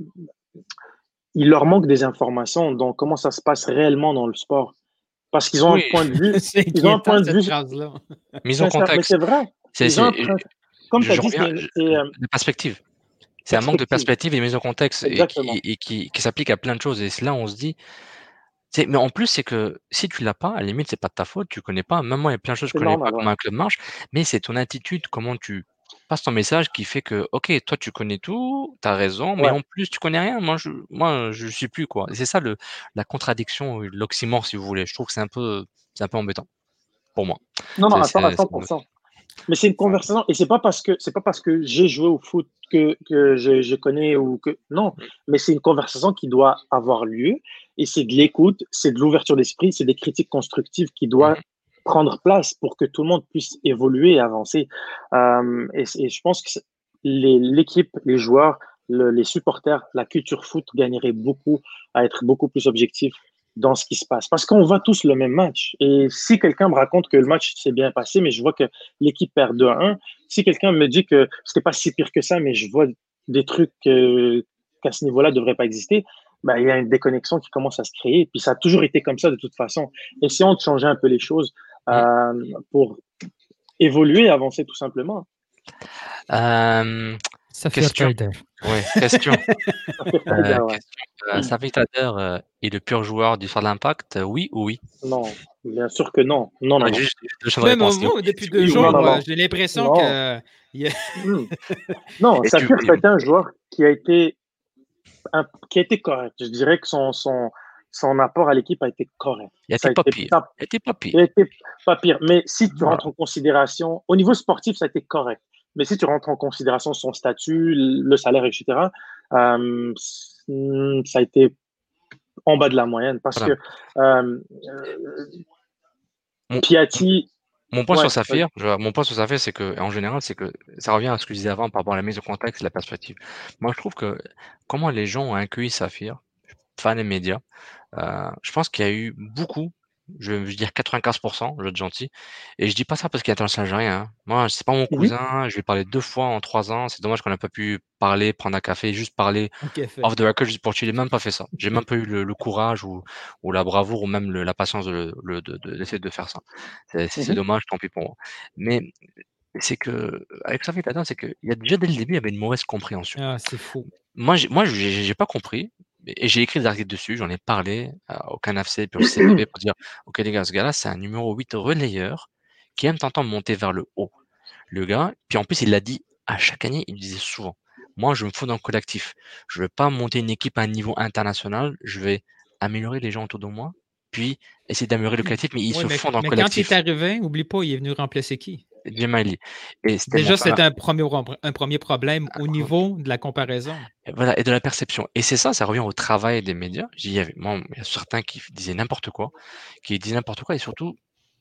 Speaker 6: il leur manque des informations dans comment ça se passe réellement dans le sport. Parce qu'ils ont
Speaker 5: Oui.
Speaker 6: un point de vue.
Speaker 7: C'est
Speaker 6: Ils ont un
Speaker 7: inquiétant,
Speaker 6: point de
Speaker 7: cette
Speaker 6: vue.
Speaker 7: phrase-là.
Speaker 5: Mise en
Speaker 6: sincère, mais
Speaker 5: contexte.
Speaker 6: c'est vrai.
Speaker 5: C'est,
Speaker 6: Ils ont un
Speaker 5: c'est,
Speaker 6: prin- Comme tu
Speaker 5: je
Speaker 6: as dit,
Speaker 5: reviens,
Speaker 6: c'est
Speaker 5: je-
Speaker 6: c'est, euh,
Speaker 5: la perspective. C'est un manque de
Speaker 6: perspective.
Speaker 5: perspective et mise en contexte et
Speaker 6: Exactement.
Speaker 5: qui, et qui, qui s'applique à plein de choses. Et c'est là, on se dit, c'est, mais en plus, c'est que si tu l'as pas, à la limite, c'est pas de ta faute, tu connais pas. Même moi, il y a plein de choses que je
Speaker 6: C'est
Speaker 5: connais
Speaker 6: normal,
Speaker 5: pas
Speaker 6: ouais.
Speaker 5: comment un club marche, mais c'est ton attitude, comment tu passes ton message qui fait que, ok, toi, tu connais tout, tu as raison, mais
Speaker 6: Ouais.
Speaker 5: en plus, tu connais rien. Moi, je, moi, je suis plus, quoi. Et c'est ça le, la contradiction, l'oxymore, si vous voulez. Je trouve que c'est un peu, c'est un peu embêtant. Pour moi.
Speaker 6: Non, non,
Speaker 5: C'est,
Speaker 6: à cent à
Speaker 5: c'est,
Speaker 6: cent
Speaker 5: c'est
Speaker 6: pour cent. Mais c'est une conversation, et c'est pas parce que c'est pas parce que j'ai joué au foot que, que je, je connais ou que non, mais c'est une conversation qui doit avoir lieu, et c'est de l'écoute, c'est de l'ouverture d'esprit, c'est des critiques constructives qui doivent
Speaker 5: Mhm.
Speaker 6: prendre place pour que tout le monde puisse évoluer et avancer. Euh, et, et je pense que c'est- les- l'équipe, les joueurs, le- les supporters, la culture foot gagnerait beaucoup à être beaucoup plus objectif dans ce qui se passe. Parce qu'on voit tous le même match. Et si quelqu'un me raconte que le match s'est bien passé, mais je vois que l'équipe perd deux à un, si quelqu'un me dit que c'était pas si pire que ça, mais je vois des trucs euh, qu'à ce niveau-là ne devraient pas exister, ben, il y a une déconnexion qui commence à se créer. Puis ça a toujours été comme ça de toute façon. Essayons de changer un peu les choses euh, pour évoluer et avancer tout simplement.
Speaker 5: Euh,
Speaker 7: Ça fait
Speaker 5: question.
Speaker 7: Trader.
Speaker 5: Ouais, question.
Speaker 6: Ça fait
Speaker 5: Euh,
Speaker 6: plaisir, ouais.
Speaker 5: question. Euh, Savit Tadeur euh, est le pur joueur du soir de l'Impact, euh, oui ou oui?
Speaker 6: Non, bien sûr que non. Non, non,
Speaker 5: Ouais,
Speaker 6: non.
Speaker 5: juste, juste deux champs de
Speaker 7: Même
Speaker 5: réponse.
Speaker 7: moi,
Speaker 5: Oui,
Speaker 7: depuis
Speaker 5: c'est
Speaker 7: deux
Speaker 5: oui ou
Speaker 7: jours,
Speaker 6: Non, non,
Speaker 7: moi,
Speaker 6: non.
Speaker 7: j'ai l'impression
Speaker 6: Non.
Speaker 7: que. il y a-
Speaker 6: Hmm. Non,
Speaker 5: Et
Speaker 6: ça
Speaker 5: tu-
Speaker 6: pure, c'était un joueur qui a été, un- qui a été correct. Je dirais que son, son, son apport à l'équipe a été correct.
Speaker 5: Il
Speaker 6: Ça a
Speaker 5: était pas
Speaker 6: été
Speaker 5: pire.
Speaker 6: pas,
Speaker 5: Il était pas pire.
Speaker 6: il a été pas pire. Mais si tu
Speaker 5: Voilà.
Speaker 6: rentres en considération, au niveau sportif, ça a été correct. Mais si tu rentres en considération son statut, le salaire, et cetera, euh, hmm, ça a été en bas de la moyenne. Parce
Speaker 5: Voilà.
Speaker 6: que euh, euh,
Speaker 5: Mon,
Speaker 6: Piatti,
Speaker 5: mon point
Speaker 6: ouais,
Speaker 5: sur Saphir, je- mon point sur Saphir, c'est que, en général, c'est que ça revient à ce que je disais avant par rapport à la mise au contexte et la perspective. Moi, je trouve que comment les gens ont accueilli Saphir, fans et médias, euh, je pense qu'il y a eu beaucoup, je vais dire quatre-vingt-quinze pour cent, je vais être gentil, et je dis pas ça parce qu'il est international algérien, hein. Moi, c'est pas mon
Speaker 6: Mhm.
Speaker 5: cousin, je lui ai parlé deux fois en trois ans, c'est dommage qu'on n'a pas pu parler, prendre un café, juste parler
Speaker 7: Ok, fait.
Speaker 5: off the record juste pour chiller, même pas fait ça. J'ai même pas eu le, le courage ou, ou la bravoure ou même le- la patience de, le- de, de- d'essayer de faire ça. C'est, c'est, c'est
Speaker 6: Mhm.
Speaker 5: dommage, tant pis pour moi. Mais c'est que, avec Safi Tadin, c'est qu'il y a déjà dès le début, il y avait une mauvaise compréhension.
Speaker 7: Ah, c'est fou.
Speaker 5: Moi, j'ai, moi, j'ai, j'ai pas compris. Et j'ai écrit des articles dessus, j'en ai parlé euh, au Canafc puis au C P B pour dire, ok les gars, ce gars-là, c'est un numéro huit relayeur qui aime t'entendre monter vers le haut. Le gars, puis en plus, il l'a dit à chaque année, il le disait souvent. Moi, je me fous dans le collectif. Je veux pas monter une équipe à un niveau international. Je vais améliorer les gens autour de moi, puis essayer d'améliorer le collectif, mais ils
Speaker 7: Ouais,
Speaker 5: se
Speaker 7: mais,
Speaker 5: font dans le
Speaker 7: mais quand il
Speaker 5: collectif.
Speaker 7: est arrivé, oublie pas, il est venu remplacer qui?
Speaker 5: Djemali. Et c'était
Speaker 7: Déjà,
Speaker 5: mon
Speaker 7: c'était
Speaker 5: frère.
Speaker 7: un premier, un premier problème au niveau de la comparaison.
Speaker 5: Et voilà, et de la perception. Et c'est ça, ça revient au travail des médias. Il y avait, moi, il y a certains qui disaient n'importe quoi, qui disaient n'importe quoi, et surtout,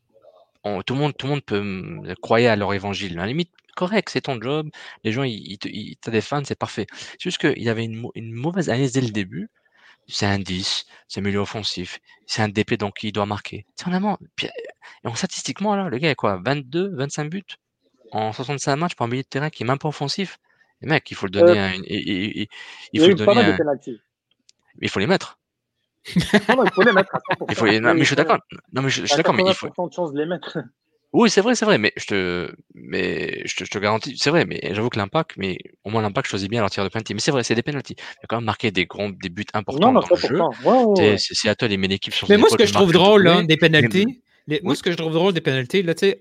Speaker 5: on- tout le monde, tout le monde peut hum, croire à leur évangile. À la limite, correct, c'est ton job. Les gens, ils, ils, te- ils- t'as des fans, c'est parfait. C'est juste qu'il y avait une, mau- une mauvaise analyse dès le début. C'est un dix, c'est milieu offensif, c'est un D P donc il doit marquer. C'est vraiment, puis, et en statistiquement là, le gars est quoi, vingt-deux, vingt-cinq buts en soixante-cinq matchs pour un milieu de terrain qui est même pas offensif. Et mec, il faut le
Speaker 6: Euh,
Speaker 5: donner, à une- il, il- il- il
Speaker 6: il y a
Speaker 5: faut
Speaker 6: eu
Speaker 5: le
Speaker 6: pas
Speaker 5: donner,
Speaker 6: mal de
Speaker 5: à-
Speaker 6: pénaltys.
Speaker 5: il faut les mettre.
Speaker 6: Non, non, il faut les mettre à
Speaker 5: Il
Speaker 6: cent pour cent.
Speaker 5: faut les, non, mais je suis
Speaker 6: Il faut-
Speaker 5: d'accord. Non, mais je, je
Speaker 6: Il y
Speaker 5: suis
Speaker 6: a
Speaker 5: d'accord, mais il faut.
Speaker 6: quatre-vingts pour cent de chances de les mettre.
Speaker 5: Oui, c'est vrai, c'est vrai, mais je te, mais je te, je te garantis, c'est vrai, mais j'avoue que l'impact, mais au moins l'impact choisit bien leur tir de penalty. Mais c'est vrai, c'est des penalties. Il y a quand même marqué des grands, des buts importants
Speaker 6: Non, non,
Speaker 5: dans le jeu.
Speaker 6: cent pour cent. Ouais, ouais,
Speaker 5: C'est,
Speaker 6: ouais.
Speaker 5: c'est, c'est à toi, les mets l'équipe sur
Speaker 7: Mais
Speaker 5: ses
Speaker 7: moi, ce
Speaker 5: épaules,
Speaker 7: que
Speaker 5: tu
Speaker 7: je trouve
Speaker 5: marques le
Speaker 7: drôle, là,
Speaker 5: doublé.
Speaker 7: des
Speaker 5: Mais-
Speaker 7: penalties, Les, moi,
Speaker 5: Oui.
Speaker 7: ce que je trouve drôle des pénalités, là, tu sais,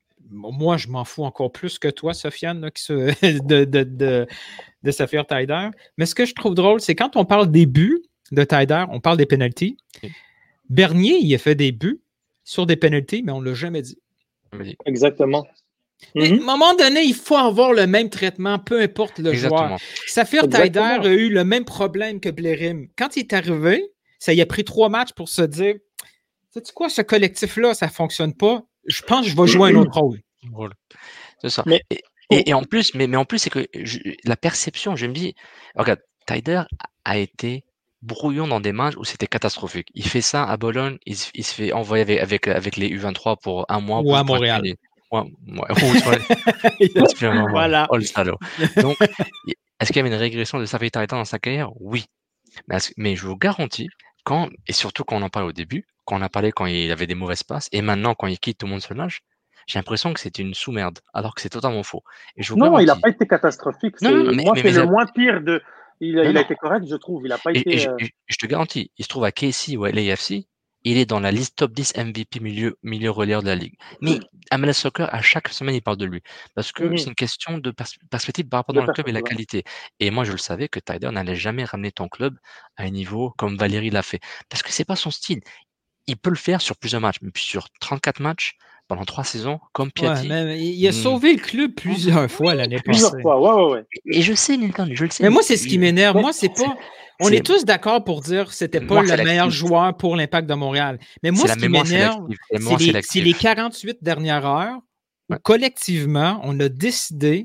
Speaker 7: moi, je m'en fous encore plus que toi, Sofiane, là, qui se- de, de, de, de Saphir Taider. Mais ce que je trouve drôle, c'est quand on parle des buts de Taider, on parle des pénalties.
Speaker 5: Oui.
Speaker 7: Bernier, il a fait des buts sur des pénalties, mais on ne l'a jamais dit.
Speaker 5: Vas-y.
Speaker 6: Exactement.
Speaker 7: Mais à un
Speaker 6: Mhm.
Speaker 7: moment donné, il faut avoir le même traitement, peu importe le
Speaker 5: Exactement.
Speaker 7: joueur. Saphir Taider
Speaker 6: Exactement.
Speaker 7: a eu le même problème que Blérim. Quand il est arrivé, ça y a pris trois matchs pour se dire, sais-tu quoi, ce collectif-là, ça ne fonctionne pas. Je pense que je vais jouer un autre rôle.
Speaker 5: Voilà. C'est ça.
Speaker 6: Mais
Speaker 5: Et, et, et en plus, mais, mais en plus, c'est que je- la perception, je me dis, regarde, Taider a été brouillon dans des matchs où c'était catastrophique. Il fait ça à Bologne, il, se- il se fait envoyer avec, avec, avec les U vingt-trois pour un mois.
Speaker 7: Ou
Speaker 5: pour-
Speaker 7: à
Speaker 5: pour être
Speaker 7: Montréal.
Speaker 5: puni. Ouais, ouais, ou sur les- il se fait un-
Speaker 7: Voilà.
Speaker 5: Oh le salaud. Donc, est-ce qu'il y avait une régression de Saphir Taider dans sa carrière? Oui. Mais, est-ce- mais je vous garantis, quand, et surtout quand on en parle au début, quand on a parlé quand il avait des mauvaises passes, et maintenant quand il quitte, tout le monde se lâche, j'ai l'impression que c'était une sous-merde, alors que c'est totalement faux. Et je vous
Speaker 6: non, il n'a
Speaker 5: garantis.
Speaker 6: pas été catastrophique.
Speaker 5: Non,
Speaker 6: C'est,
Speaker 5: non, non, mais,
Speaker 6: moi,
Speaker 5: mais,
Speaker 6: c'est
Speaker 5: mais
Speaker 6: le
Speaker 5: ça-
Speaker 6: moins pire de. Il, a-
Speaker 5: non,
Speaker 6: il a
Speaker 5: non.
Speaker 6: été correct, je trouve. Il n'a pas
Speaker 5: Et,
Speaker 6: été.
Speaker 5: et je,
Speaker 6: euh,
Speaker 5: et je te garantis, il se trouve à K C ou à L A F C, il est dans la liste top dix M V P milieu, milieu relayeur de la ligue. Mais M L S Soccer, à chaque semaine, il parle de lui. Parce que
Speaker 6: mhm,
Speaker 5: c'est une question de pers- perspective par rapport
Speaker 6: de
Speaker 5: dans le club et la
Speaker 6: perspective.
Speaker 5: qualité. Et moi, je le savais que Taider n'allait jamais ramener ton club à un niveau comme Valérie l'a fait. Parce que c'est pas son style. Il peut le faire sur plusieurs matchs, mais puis sur trente-quatre matchs, pendant trois saisons, comme
Speaker 7: Ouais,
Speaker 5: Piatti.
Speaker 7: mais il a
Speaker 5: hmm.
Speaker 7: sauvé le club plusieurs fois l'année
Speaker 6: Plusieurs
Speaker 7: passée.
Speaker 6: fois, ouais, ouais, ouais.
Speaker 5: Et je sais, Nilton, je le sais.
Speaker 7: Mais moi, c'est ce qui
Speaker 5: il-
Speaker 7: m'énerve.
Speaker 6: Mais
Speaker 7: Moi, c'est pas. On
Speaker 5: c'est-
Speaker 7: est tous d'accord pour dire que c'était pas
Speaker 5: Moi,
Speaker 7: le
Speaker 5: c'est
Speaker 7: meilleur
Speaker 5: l'actif.
Speaker 7: joueur pour l'Impact de Montréal. Mais moi,
Speaker 5: C'est
Speaker 7: ce
Speaker 5: la
Speaker 7: qui
Speaker 5: mémoire
Speaker 7: m'énerve,
Speaker 5: sélective. La
Speaker 7: c'est
Speaker 5: mémoire
Speaker 7: les, c'est
Speaker 5: sélective.
Speaker 7: les quarante-huit dernières heures où
Speaker 5: Ouais.
Speaker 7: collectivement, on a décidé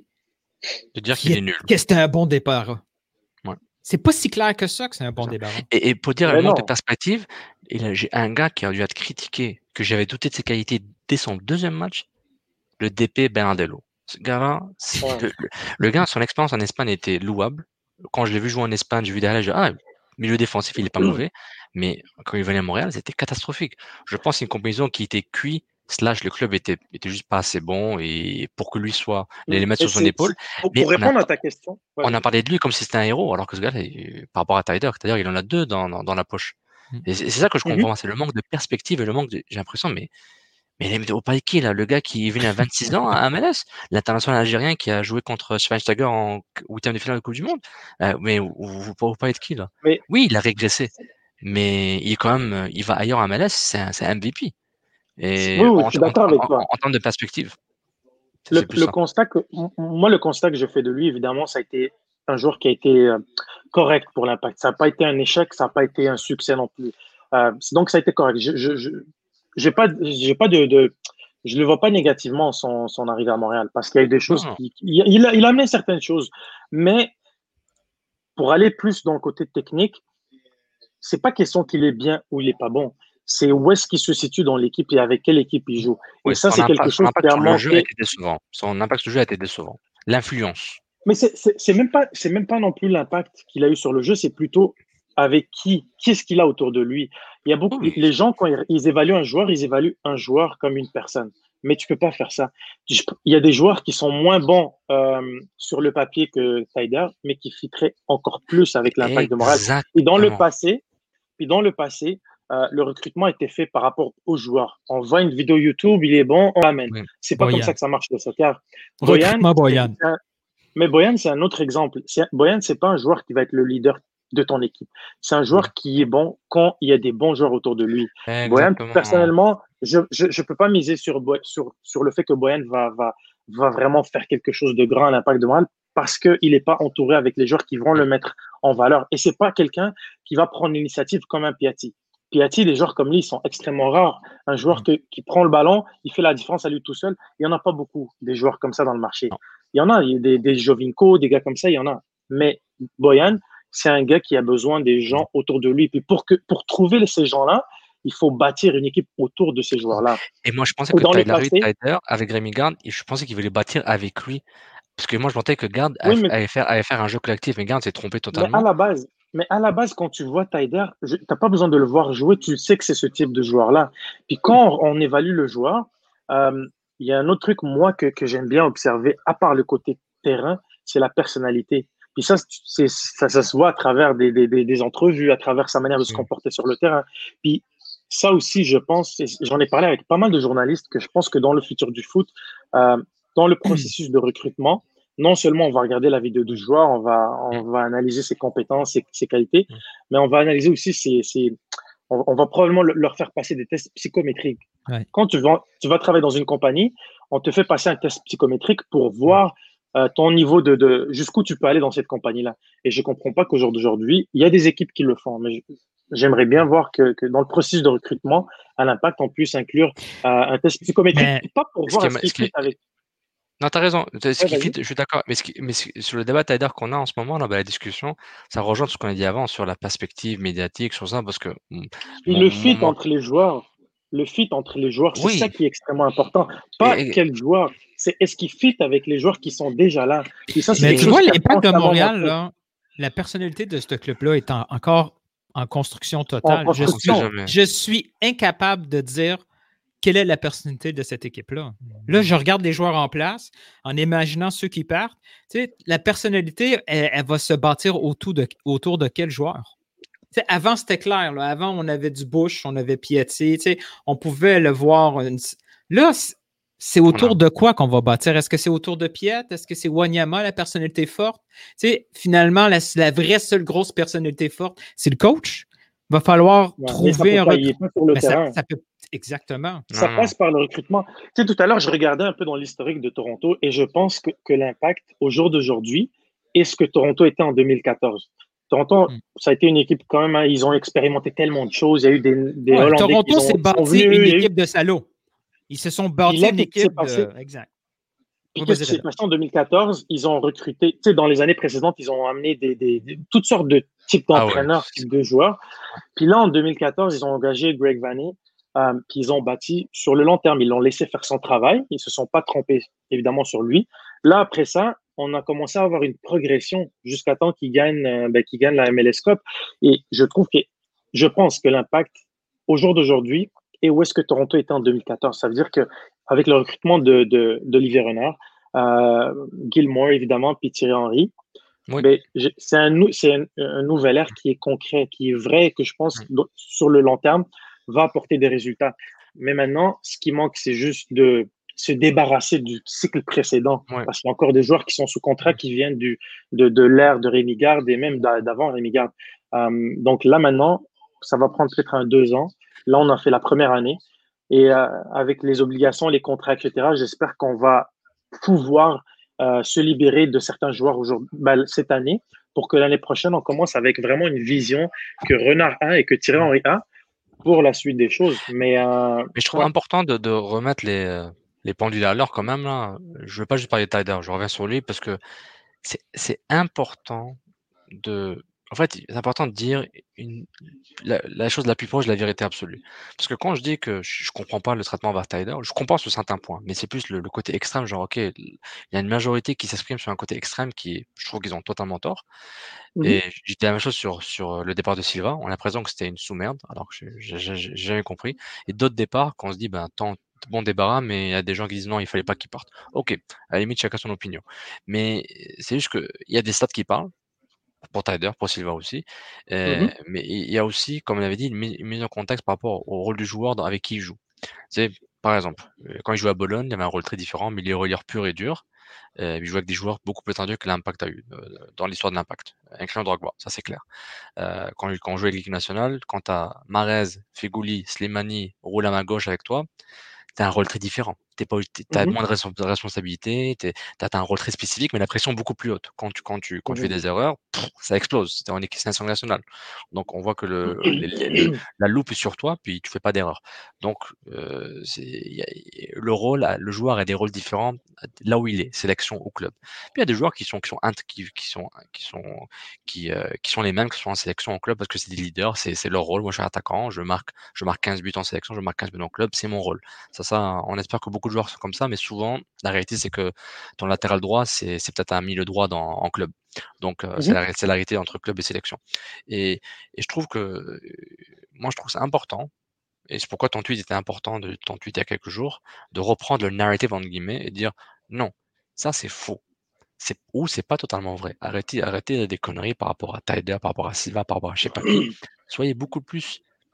Speaker 5: De dire
Speaker 7: qu'il
Speaker 5: qu'il
Speaker 7: y
Speaker 5: est
Speaker 7: a-
Speaker 5: nul.
Speaker 7: que c'était un bon débarras.
Speaker 5: Ouais.
Speaker 7: C'est pas si clair que ça que c'est un bon
Speaker 5: Ça.
Speaker 7: débarras.
Speaker 5: Et, et pour dire
Speaker 6: Mais
Speaker 5: un manque de
Speaker 6: non.
Speaker 5: perspective, il a- j'ai un gars qui a dû être critiqué, que j'avais douté de ses qualités dès son deuxième match, le D P Bernardello. Ce gars-là, c'est-
Speaker 6: Ouais.
Speaker 5: le, le- le gars, son expérience en Espagne était louable. Quand je l'ai vu jouer en Espagne, j'ai vu derrière, j'ai dit, ah, milieu défensif, il est pas mauvais. Mais quand il venait à Montréal, c'était catastrophique. Je pense que c'est une combinaison qui était cuite, slash le club était, était juste pas assez bon et pour que lui soit, les mettre
Speaker 6: Mais
Speaker 5: sur son
Speaker 6: c'est-
Speaker 5: épaule.
Speaker 6: c'est- pour,
Speaker 5: Mais
Speaker 6: pour
Speaker 5: on a,
Speaker 6: répondre à ta question, ouais,
Speaker 5: on a parlé de lui comme si c'était un héros, alors que ce gars-là, il- par rapport à Taider, Taider, il en a deux dans, dans, dans la poche.
Speaker 7: Mm.
Speaker 5: Et c'est c'est ça que je
Speaker 6: Mhm.
Speaker 5: comprends, c'est le manque de perspective et le manque de, j'ai l'impression, mais, mais vous parlez de qui, là? Le gars qui est venu à vingt-six ans à M L S? L'international algérien qui a joué contre Schweinsteiger en huitième de finale de Coupe du Monde? Euh, mais vous, vous, vous parlez de qui, là?
Speaker 6: mais
Speaker 5: Oui, il a régressé. Mais il est quand même, euh, il va ailleurs à M L S, c'est un, c'est un M V P. Et
Speaker 6: oui, oui,
Speaker 5: en,
Speaker 6: je suis
Speaker 5: en,
Speaker 6: d'accord
Speaker 5: en,
Speaker 6: avec
Speaker 5: en,
Speaker 6: toi.
Speaker 5: en termes de perspective, c'est
Speaker 6: Le,
Speaker 5: c'est plus
Speaker 6: le
Speaker 5: ça.
Speaker 6: constat que, m- moi, le constat que je fais de lui, évidemment, ça a été un joueur qui a été euh, correct pour l'Impact. Ça n'a pas été un échec, ça n'a pas été un succès non plus. Euh, donc, ça a été correct. Je je, je, j'ai pas, j'ai pas de, de, je le vois pas négativement son, son arrivée à Montréal parce qu'il y a eu des choses
Speaker 5: Non,
Speaker 6: qui, il, il a, il a amené certaines choses, mais pour aller plus dans le côté technique, c'est pas question qu'il est bien ou il est pas bon. C'est où est-ce qu'il se situe dans l'équipe et avec quelle équipe il joue. Et
Speaker 5: oui,
Speaker 6: ça,
Speaker 5: son
Speaker 6: c'est quelque
Speaker 5: impact, son
Speaker 6: chose
Speaker 5: impact
Speaker 6: qui a
Speaker 5: sur le jeu a
Speaker 6: manqué.
Speaker 5: été décevant. Son impact sur le jeu a été décevant. L'influence.
Speaker 6: Mais c'est c'est- c'est même pas, c'est même pas non plus l'impact qu'il a eu sur le jeu, c'est plutôt avec qui, qui est-ce qu'il a autour de lui. Il y a beaucoup,
Speaker 5: Oui.
Speaker 6: les gens quand ils, ils évaluent un joueur, ils évaluent un joueur comme une personne. Mais tu peux pas faire ça. Je- Il y a des joueurs qui sont moins bons euh, sur le papier que Taider, mais qui fitteraient encore plus avec l'impact de Montréal. Et dans le
Speaker 5: Exactement.
Speaker 6: passé, puis dans le passé, euh, le recrutement était fait par rapport aux joueurs. On voit une vidéo YouTube, il est bon, on l'amène.
Speaker 5: Oui.
Speaker 6: C'est pas
Speaker 7: Boyan.
Speaker 6: comme ça que ça marche le soccer. Boyan,
Speaker 7: Recrutement Boyan.
Speaker 6: c'est un- mais Boyan, c'est un autre exemple. C'est- Boyan, c'est pas un joueur qui va être le leader de ton équipe. C'est un joueur qui est bon quand il y a des bons joueurs autour de lui. Boyan,
Speaker 5: Exactement.
Speaker 6: personnellement, je je, je peux pas miser sur, Boy- sur, sur le fait que Boyan va, va, va vraiment faire quelque chose de grand à l'impact de Montréal parce qu'il n'est pas entouré avec les joueurs qui vont le mettre en valeur. Et c'est pas quelqu'un qui va prendre l'initiative comme un Piatti. Piatti, des joueurs comme lui, ils sont extrêmement rares. Un joueur que- qui prend le ballon, il fait la différence à lui tout seul. Il n'y en a pas beaucoup, des joueurs comme ça dans le marché.
Speaker 5: Non.
Speaker 6: Il y en a, il y a des, des Jovinko, des gars comme ça, il y en a. Mais Boyan, c'est un gars qui a besoin des gens autour de lui. Puis pour, que, pour trouver ces gens-là, il faut bâtir une équipe autour de ces joueurs-là.
Speaker 5: Et moi, je pensais
Speaker 6: Ou
Speaker 5: que
Speaker 6: dans le
Speaker 5: Tyler
Speaker 6: passé,
Speaker 5: Taider, avec Rémi Garde, je pensais qu'il voulait bâtir avec lui. Parce que moi, je pensais que Garde
Speaker 6: oui,
Speaker 5: allait,
Speaker 6: mais,
Speaker 5: allait faire, allait faire un jeu collectif, mais Garde s'est trompé
Speaker 6: mais à
Speaker 5: totalement.
Speaker 6: la base, mais à la base, quand tu vois Taider, tu n'as pas besoin de le voir jouer, tu sais que c'est ce type de joueur-là. Puis quand on, on évalue le joueur, euh, il y a un autre truc, moi, que, que j'aime bien observer, à part le côté terrain, c'est la personnalité. Puis ça, c'est, ça, ça se voit à travers des, des, des, des entrevues, à travers sa manière de se
Speaker 5: Mm.
Speaker 6: comporter sur le terrain. Puis ça aussi, je pense, et j'en ai parlé avec pas mal de journalistes, que je pense que dans le futur du foot, euh, dans le processus de recrutement, non seulement on va regarder la vidéo du joueur, on va, on va analyser ses compétences, ses, ses qualités, mais on va analyser aussi ses, ses on, on va probablement le- leur faire passer des tests psychométriques.
Speaker 7: Ouais.
Speaker 6: Quand tu vas, tu vas travailler dans une compagnie, on te fait passer un test psychométrique pour voir euh, ton niveau de, de jusqu'où tu peux aller dans cette compagnie-là. Et je comprends pas qu'au jour d'aujourd'hui, il y a des équipes qui le font, mais je- j'aimerais bien voir que, que dans le processus de recrutement, à l'impact, on puisse inclure euh, un test psychométrique,
Speaker 7: Mais
Speaker 6: pas pour
Speaker 5: Ce
Speaker 6: voir
Speaker 5: qui est,
Speaker 6: est-ce
Speaker 5: ma-
Speaker 6: qu'il
Speaker 5: ce qui
Speaker 6: fit
Speaker 5: est-
Speaker 6: avec.
Speaker 5: Non, t'as raison. Ce
Speaker 6: Ouais,
Speaker 5: qui fit,
Speaker 6: vas-y.
Speaker 5: je suis d'accord. Mais, ce qui- mais ce- sur le débat Tider qu'on a en ce moment, là, bah, la discussion, ça rejoint ce qu'on a dit avant sur la perspective médiatique, sur ça, parce que mm,
Speaker 6: Et
Speaker 5: mon,
Speaker 6: le
Speaker 5: mon,
Speaker 6: fit
Speaker 5: mon-
Speaker 6: entre les joueurs, le fit entre les joueurs, c'est ça
Speaker 5: oui,
Speaker 6: qui est extrêmement important. Pas
Speaker 5: et, et-
Speaker 6: quel joueur, c'est est-ce qu'il fit avec les joueurs qui sont déjà là. Et ça, c'est
Speaker 7: Mais
Speaker 6: quelque
Speaker 7: tu
Speaker 6: chose
Speaker 7: vois,
Speaker 6: qui a
Speaker 7: l'impact de
Speaker 6: constamment
Speaker 7: Montréal,
Speaker 6: manqué
Speaker 7: là, la personnalité de ce club-là est en- encore en construction
Speaker 6: en
Speaker 7: totale. Je
Speaker 5: on sait
Speaker 6: construction.
Speaker 7: suis,
Speaker 5: jamais.
Speaker 7: je suis incapable de dire quelle est la personnalité de cette équipe-là. Là, je regarde les joueurs en place en imaginant ceux qui partent. Tu sais, la personnalité, elle, elle va se bâtir autour de, autour de quel joueur? Tu sais, avant, c'était clair. Là. Avant, on avait du Bush, on avait Piatti. Tu sais, on pouvait le voir. une- Là, c- c'est
Speaker 5: On a,
Speaker 7: autour de quoi qu'on va bâtir? Est-ce que c'est autour de Piet? Est-ce que c'est Wanyama, la personnalité forte? Tu sais, finalement, la, la vraie seule grosse personnalité forte, c'est le coach. Il va falloir
Speaker 6: Ouais, mais ça
Speaker 7: trouver
Speaker 6: peut
Speaker 7: un
Speaker 6: pas, il est
Speaker 7: recrutement.
Speaker 6: pas sur le
Speaker 7: Mais ça,
Speaker 6: terrain.
Speaker 7: ça peut. Exactement.
Speaker 6: Ça
Speaker 5: non, non.
Speaker 6: passe par le recrutement. Tu sais, tout à l'heure, je regardais un peu dans l'historique de Toronto et je pense que, que l'impact au jour d'aujourd'hui est ce que Toronto était en deux mille quatorze. Toronto,
Speaker 7: Hmm.
Speaker 6: ça a été une équipe quand même, hein, ils ont expérimenté tellement de choses. Il y a eu des, des
Speaker 7: Ouais,
Speaker 6: Hollandais qui
Speaker 7: Toronto
Speaker 6: ont,
Speaker 7: s'est
Speaker 6: sont
Speaker 7: bâti
Speaker 6: venus.
Speaker 7: une
Speaker 6: Il y a eu...
Speaker 7: équipe de salauds. Ils se sont
Speaker 6: Puis
Speaker 7: bâtis
Speaker 6: là,
Speaker 7: une
Speaker 6: qu'est-ce qui s'est
Speaker 7: équipe
Speaker 6: passé?
Speaker 7: de. Exact.
Speaker 6: Puis
Speaker 7: Oui,
Speaker 6: qu'est-ce
Speaker 7: vas-y,
Speaker 6: qui s'est
Speaker 7: Reda.
Speaker 6: passé en deux mille quatorze? Ils ont recruté, tu sais, dans les années précédentes, ils ont amené des, des- des- toutes sortes de types
Speaker 5: Ah ouais.
Speaker 6: d'entraîneurs, types de joueurs. Puis là, en deux mille quatorze, ils ont engagé Greg Vanney, euh, puis ils ont bâti sur le long terme. Ils l'ont laissé faire son travail. Ils se sont pas trompés, évidemment, sur lui. Là, après ça, on a commencé à avoir une progression jusqu'à temps qu'il gagne, euh, ben, qu'il gagne la M L S Cup. Et je trouve que, je pense que l'impact, au jour d'aujourd'hui, et où est-ce que Toronto était en deux mille quatorze? Ça veut dire que avec le recrutement de, de, d'Olivier Renard, euh, Gilmore, évidemment, puis Thierry Henry,
Speaker 5: Oui.
Speaker 6: ben, je- c'est un, nou- c'est un, un nouvel air qui est concret, qui est vrai, que je pense,
Speaker 5: Mm.
Speaker 6: do- sur le long terme, va apporter des résultats. Mais maintenant, ce qui manque, c'est juste de se débarrasser du cycle précédent.
Speaker 5: Ouais.
Speaker 6: Parce qu'il y a encore des joueurs qui sont sous contrat qui viennent du, de, de l'ère de Rémi Garde et même d'a- d'avant Rémi Garde. Euh, donc là, maintenant, ça va prendre peut-être un deux ans. Là, on a fait la première année. Et euh, avec les obligations, les contrats, et cetera, j'espère qu'on va pouvoir euh, se libérer de certains joueurs aujourd'hui, ben, cette année pour que l'année prochaine, on commence avec vraiment une vision que Renard a et que Thierry Henry a pour la suite des choses. Mais, euh,
Speaker 5: Mais je trouve
Speaker 6: ouais.
Speaker 5: important de, de remettre les, euh, les pendules à l'heure quand même là. Je veux pas juste parler de Tider, je reviens sur lui parce que c'est c'est important de. En fait, c'est important de dire une, la, la chose la plus proche de la vérité absolue. Parce que quand je dis que je, je comprends pas le traitement vers Tider, je comprends sur certains points, mais c'est plus le, le côté extrême, genre ok, il y a une majorité qui s'exprime sur un côté extrême qui, je trouve qu'ils ont totalement tort.
Speaker 6: Mhm.
Speaker 5: Et j'ai dit la même chose sur, sur le départ de Silva. On a l'impression que c'était une sous-merde, alors que je- je- je- j'ai jamais compris. Et d'autres départs, quand on se dit, ben, tant bon débarras, mais il y a des gens qui disent non, il fallait pas qu'il parte. Ok, à la limite, chacun son opinion. Mais c'est juste que il y a des stats qui parlent, pour Tyler, pour Silva aussi. Euh,
Speaker 6: Mhm.
Speaker 5: mais il y a aussi, comme on avait dit, une mise, une mise en contexte par rapport au rôle du joueur dans- avec qui il joue. C'est, par exemple, euh, quand il jouait à Bologne, il avait un rôle très différent, milieu relayeur pur et dur. Euh, il jouait avec des joueurs beaucoup plus tendus que l'Impact a eu euh, dans l'histoire de l'Impact, incluant Drogba, ça c'est clair. Euh, quand, quand on jouait avec l'équipe nationale, quand tu as Marez, Fegouli, Slimani roule à ma gauche avec toi, tu as un rôle très différent. Tu as
Speaker 6: Mhm.
Speaker 5: moins de respons- de responsabilité, tu as un rôle très spécifique, mais la pression est beaucoup plus haute. Quand tu, quand tu, quand tu fais
Speaker 6: Mhm.
Speaker 5: des erreurs, pff, ça explose. C'était en équipe nationale. Donc on voit que le, les- les- le- la loupe est sur toi, puis tu fais pas d'erreur. Donc euh, c'est- y a- le rôle, a- le joueur a des rôles différents là où il est, sélection ou club. Puis il y a des joueurs qui sont qui sont int- qui, qui sont qui sont qui, euh, qui sont les mêmes, que ce soit en sélection ou en club, parce que c'est des leaders, c'est c'est leur rôle. Moi je suis attaquant, je marque je marque quinze buts en sélection, je marque quinze buts en club, c'est mon rôle. Ça ça, on espère que beaucoup de joueurs sont comme ça, mais souvent la réalité c'est que ton latéral droit c'est c'est peut-être un milieu droit dans en club. Donc euh, c'est
Speaker 6: Mhm.
Speaker 5: la c'est la réalité entre club et sélection. Et et je trouve que euh, moi je trouve ça important et c'est pourquoi ton tweet était important de ton tweet il y a quelques jours, de reprendre le narrative entre guillemets et dire non, ça c'est faux. C'est ou c'est pas totalement vrai. Arrêtez, arrêtez des conneries par rapport à Tyler, par rapport à Silva, par rapport à je sais pas qui. Soyez beaucoup plus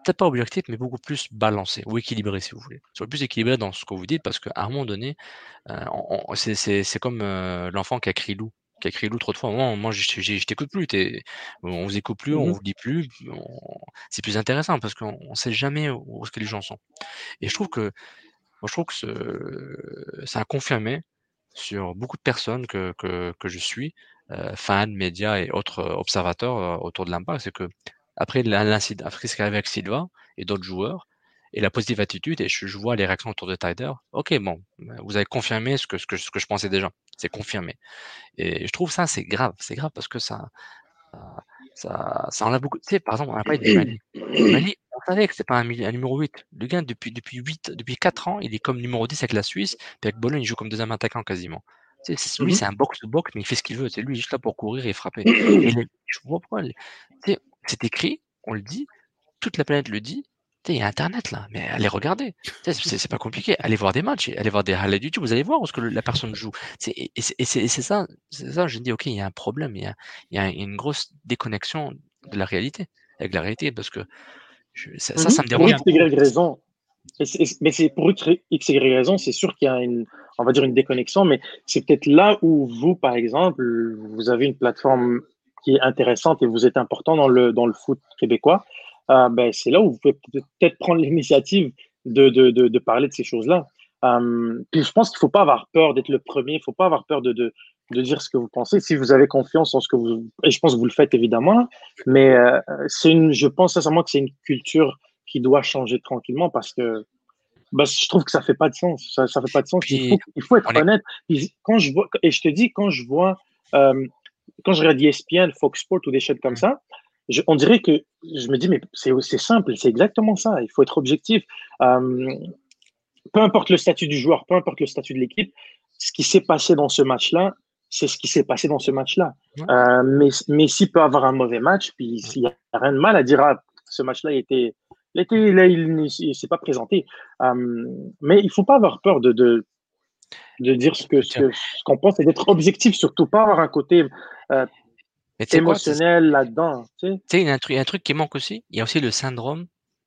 Speaker 5: peut-être pas objectif, mais beaucoup plus balancé ou équilibré, si vous voulez. Soyez plus équilibré dans ce que vous dites, parce qu'à un moment donné, euh, on- on- c'est, c'est, c'est comme euh, l'enfant qui a crié loup, qui a crié loup trop de fois. Moi, moi je, je, je t'écoute plus, t'es, on vous écoute plus, on
Speaker 6: Mhm.
Speaker 5: vous dit plus. on- C'est plus intéressant parce qu'on on sait jamais où où est-ce que les gens sont. Et je trouve que, moi, je trouve que ce- ça a confirmé sur beaucoup de personnes que, que, que je suis, euh, fans, médias et autres euh, observateurs euh, autour de l'Impact, c'est que après l'in- l'incident, après ce qui est arrivé avec Silva et d'autres joueurs, et la positive attitude, et je, je vois les réactions autour de Tyder, ok, bon, ben, vous avez confirmé ce que, ce que, ce que je pensais déjà, c'est confirmé. Et je trouve ça, c'est grave, c'est grave parce que ça, ça, ça, ça enlève beaucoup. Tu sais, par exemple, on a parlé de Mali. Mali, on savait que c'était pas un, mili- un numéro huit. Le gars, depuis, depuis huit, depuis quatre ans, il est comme numéro dix avec la Suisse, puis avec Bologne, il joue comme deuxième attaquant quasiment. Tu sais, c'est- lui,
Speaker 6: Mhm.
Speaker 5: c'est un box-to-box, mais il fait ce qu'il veut. C'est lui, juste là pour courir et frapper. Et les- je vois pourquoi. les- Tu sais, c'est écrit, on le dit, toute la planète le dit. Tu sais, il y a Internet là, mais allez regarder. Tu sais, C'est c'est pas compliqué. Allez voir des matchs, allez voir des highlights YouTube, vous allez voir où ce que le- la personne joue. C'est- Et et c'est et c'est- et c'est ça, c'est ça, je me dis, ok, il y a un problème, il y a, il y a une grosse déconnexion de la réalité, avec la réalité, parce que je- ça, ça, ça
Speaker 6: Mhm.
Speaker 5: me
Speaker 6: Pour
Speaker 5: dérange
Speaker 6: X,
Speaker 5: beaucoup.
Speaker 6: Y raison. Et c'est- mais c'est pour X, Y raison, c'est sûr qu'il y a une, on va dire une déconnexion, mais c'est peut-être là où vous, par exemple, vous avez une plateforme qui est intéressante et vous êtes important dans le, dans le foot québécois. Euh, ben, c'est là où vous pouvez peut-être prendre l'initiative de, de, de, de parler de ces choses-là. Euh, puis je pense qu'il ne faut pas avoir peur d'être le premier, il ne faut pas avoir peur de, de, de dire ce que vous pensez. Si vous avez confiance en ce que vous, et je pense que vous le faites évidemment, mais euh, c'est une, je pense sincèrement que c'est une culture qui doit changer tranquillement parce que bah, je trouve que ça fait pas de sens. Ça, ça fait pas de sens. Il
Speaker 5: Puis,
Speaker 6: faut, il faut être
Speaker 5: on est,
Speaker 6: honnête. Puis quand je vois, et je te dis, quand je vois, euh, quand je regarde E S P N, Fox Sports ou des chaînes comme ça, je, on dirait que je me dis, mais c'est c'est simple, c'est exactement ça. Il faut être objectif. Euh, peu importe le statut du joueur, peu importe le statut de l'équipe, ce qui s'est passé dans ce match-là, c'est ce qui s'est passé dans ce match-là.
Speaker 5: ouais,
Speaker 6: Euh, mais Messi peut avoir un mauvais match, puis il n'y a rien de mal à dire, ah, ce match-là, il était, il était, là, il ne s'est pas présenté. Euh, mais il ne faut pas avoir peur de, de, de dire ce que,
Speaker 5: je veux
Speaker 6: ce
Speaker 5: dire,
Speaker 6: que, ce qu'on pense et d'être objectif, surtout pas avoir un côté euh,
Speaker 5: mais tu sais quoi, c'est-
Speaker 6: émotionnel là-dedans. Tu sais.
Speaker 5: tu sais, il y a un truc, il y a un truc qui manque aussi. Il y a aussi le syndrome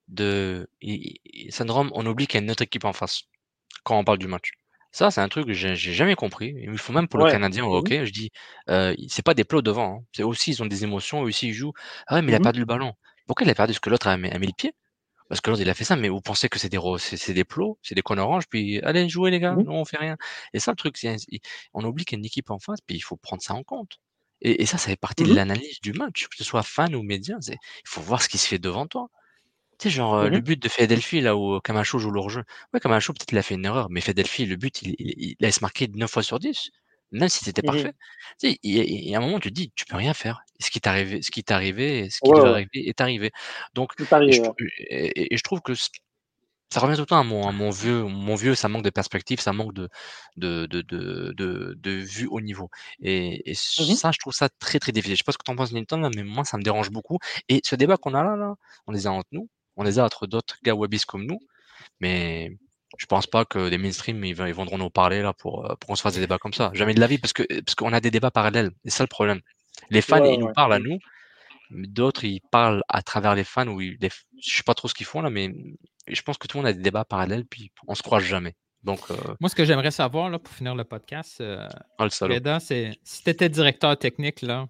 Speaker 5: de, il- il- syndrome, on oublie qu'il y a une autre équipe en face quand on parle du match. Ça, c'est un truc que j'ai j'ai jamais compris. Il faut même pour le
Speaker 6: Ouais.
Speaker 5: Canadien au
Speaker 6: Mhm.
Speaker 5: hockey, je dis, euh, c'est pas des plots devant. Hein. C'est aussi, ils ont des émotions, eux aussi ils jouent. Ah ouais, mais il a
Speaker 6: Mhm.
Speaker 5: perdu le ballon. Pourquoi il a perdu? Parce que l'autre a mis, a mis le pied. Parce que l'autre il a fait ça. Mais vous pensez que c'est des ro- c'est c'est des plots, c'est des connes oranges. Puis allez jouer les gars,
Speaker 6: Mhm.
Speaker 5: non on fait rien. Et ça le truc, c'est on oublie qu'il y a une équipe en face. Puis il faut prendre ça en compte. Et, et ça, ça fait partie de
Speaker 6: Mhm.
Speaker 5: l'analyse du match, que ce soit fan ou média. c'est- Il faut voir ce qui se fait devant toi. Tu sais, genre, euh, le
Speaker 6: Mhm.
Speaker 5: but de Philadelphie, là où Camacho joue leur jeu. Ouais, Camacho, peut-être il a fait une erreur, mais Philadelphie, le but, il, il, il laisse marquer neuf fois sur dix, même si c'était
Speaker 6: Mhm.
Speaker 5: parfait. Tu sais, il y, a il y a un moment, tu te dis, tu peux rien faire. Ce qui t'est arrivé, ce qui t'est arrivé, ce qui
Speaker 6: Ouais,
Speaker 5: devait
Speaker 6: ouais.
Speaker 5: arriver est arrivé. Donc,
Speaker 6: C'est
Speaker 5: et
Speaker 6: arrivé.
Speaker 5: je,
Speaker 6: Ouais.
Speaker 5: trou- et, et- et je trouve que c- ça revient tout le temps à mon, à mon vieux, mon vieux, ça manque de perspective, ça manque de, de, de, de, de, de vue au niveau. Et, et
Speaker 6: Mhm.
Speaker 5: ça, je trouve ça très, très difficile. Je sais pas ce que t'en penses, Newton, là, mais moi, ça me dérange beaucoup. Et ce débat qu'on a là, là, on les a entre nous, on les a entre d'autres gars webbies comme nous, mais je pense pas que des mainstream, ils, ils viendront nous parler là pour, euh, pour qu'on se fasse des débats comme ça. Jamais de la vie, parce que, parce qu'on a des débats parallèles. C'est ça le problème. Les fans,
Speaker 6: Ouais,
Speaker 5: ils nous
Speaker 6: ouais.
Speaker 5: parlent à
Speaker 6: Mhm.
Speaker 5: nous, mais d'autres, ils parlent à travers les fans, ou ils, les- je sais pas trop ce qu'ils font là, mais je pense que tout le monde a des débats parallèles, puis on se croise jamais. Donc, euh,
Speaker 7: Moi, ce que j'aimerais savoir là, pour finir le podcast, euh,
Speaker 5: ah, le salaud.
Speaker 7: Reda, c'est si tu étais directeur technique, là,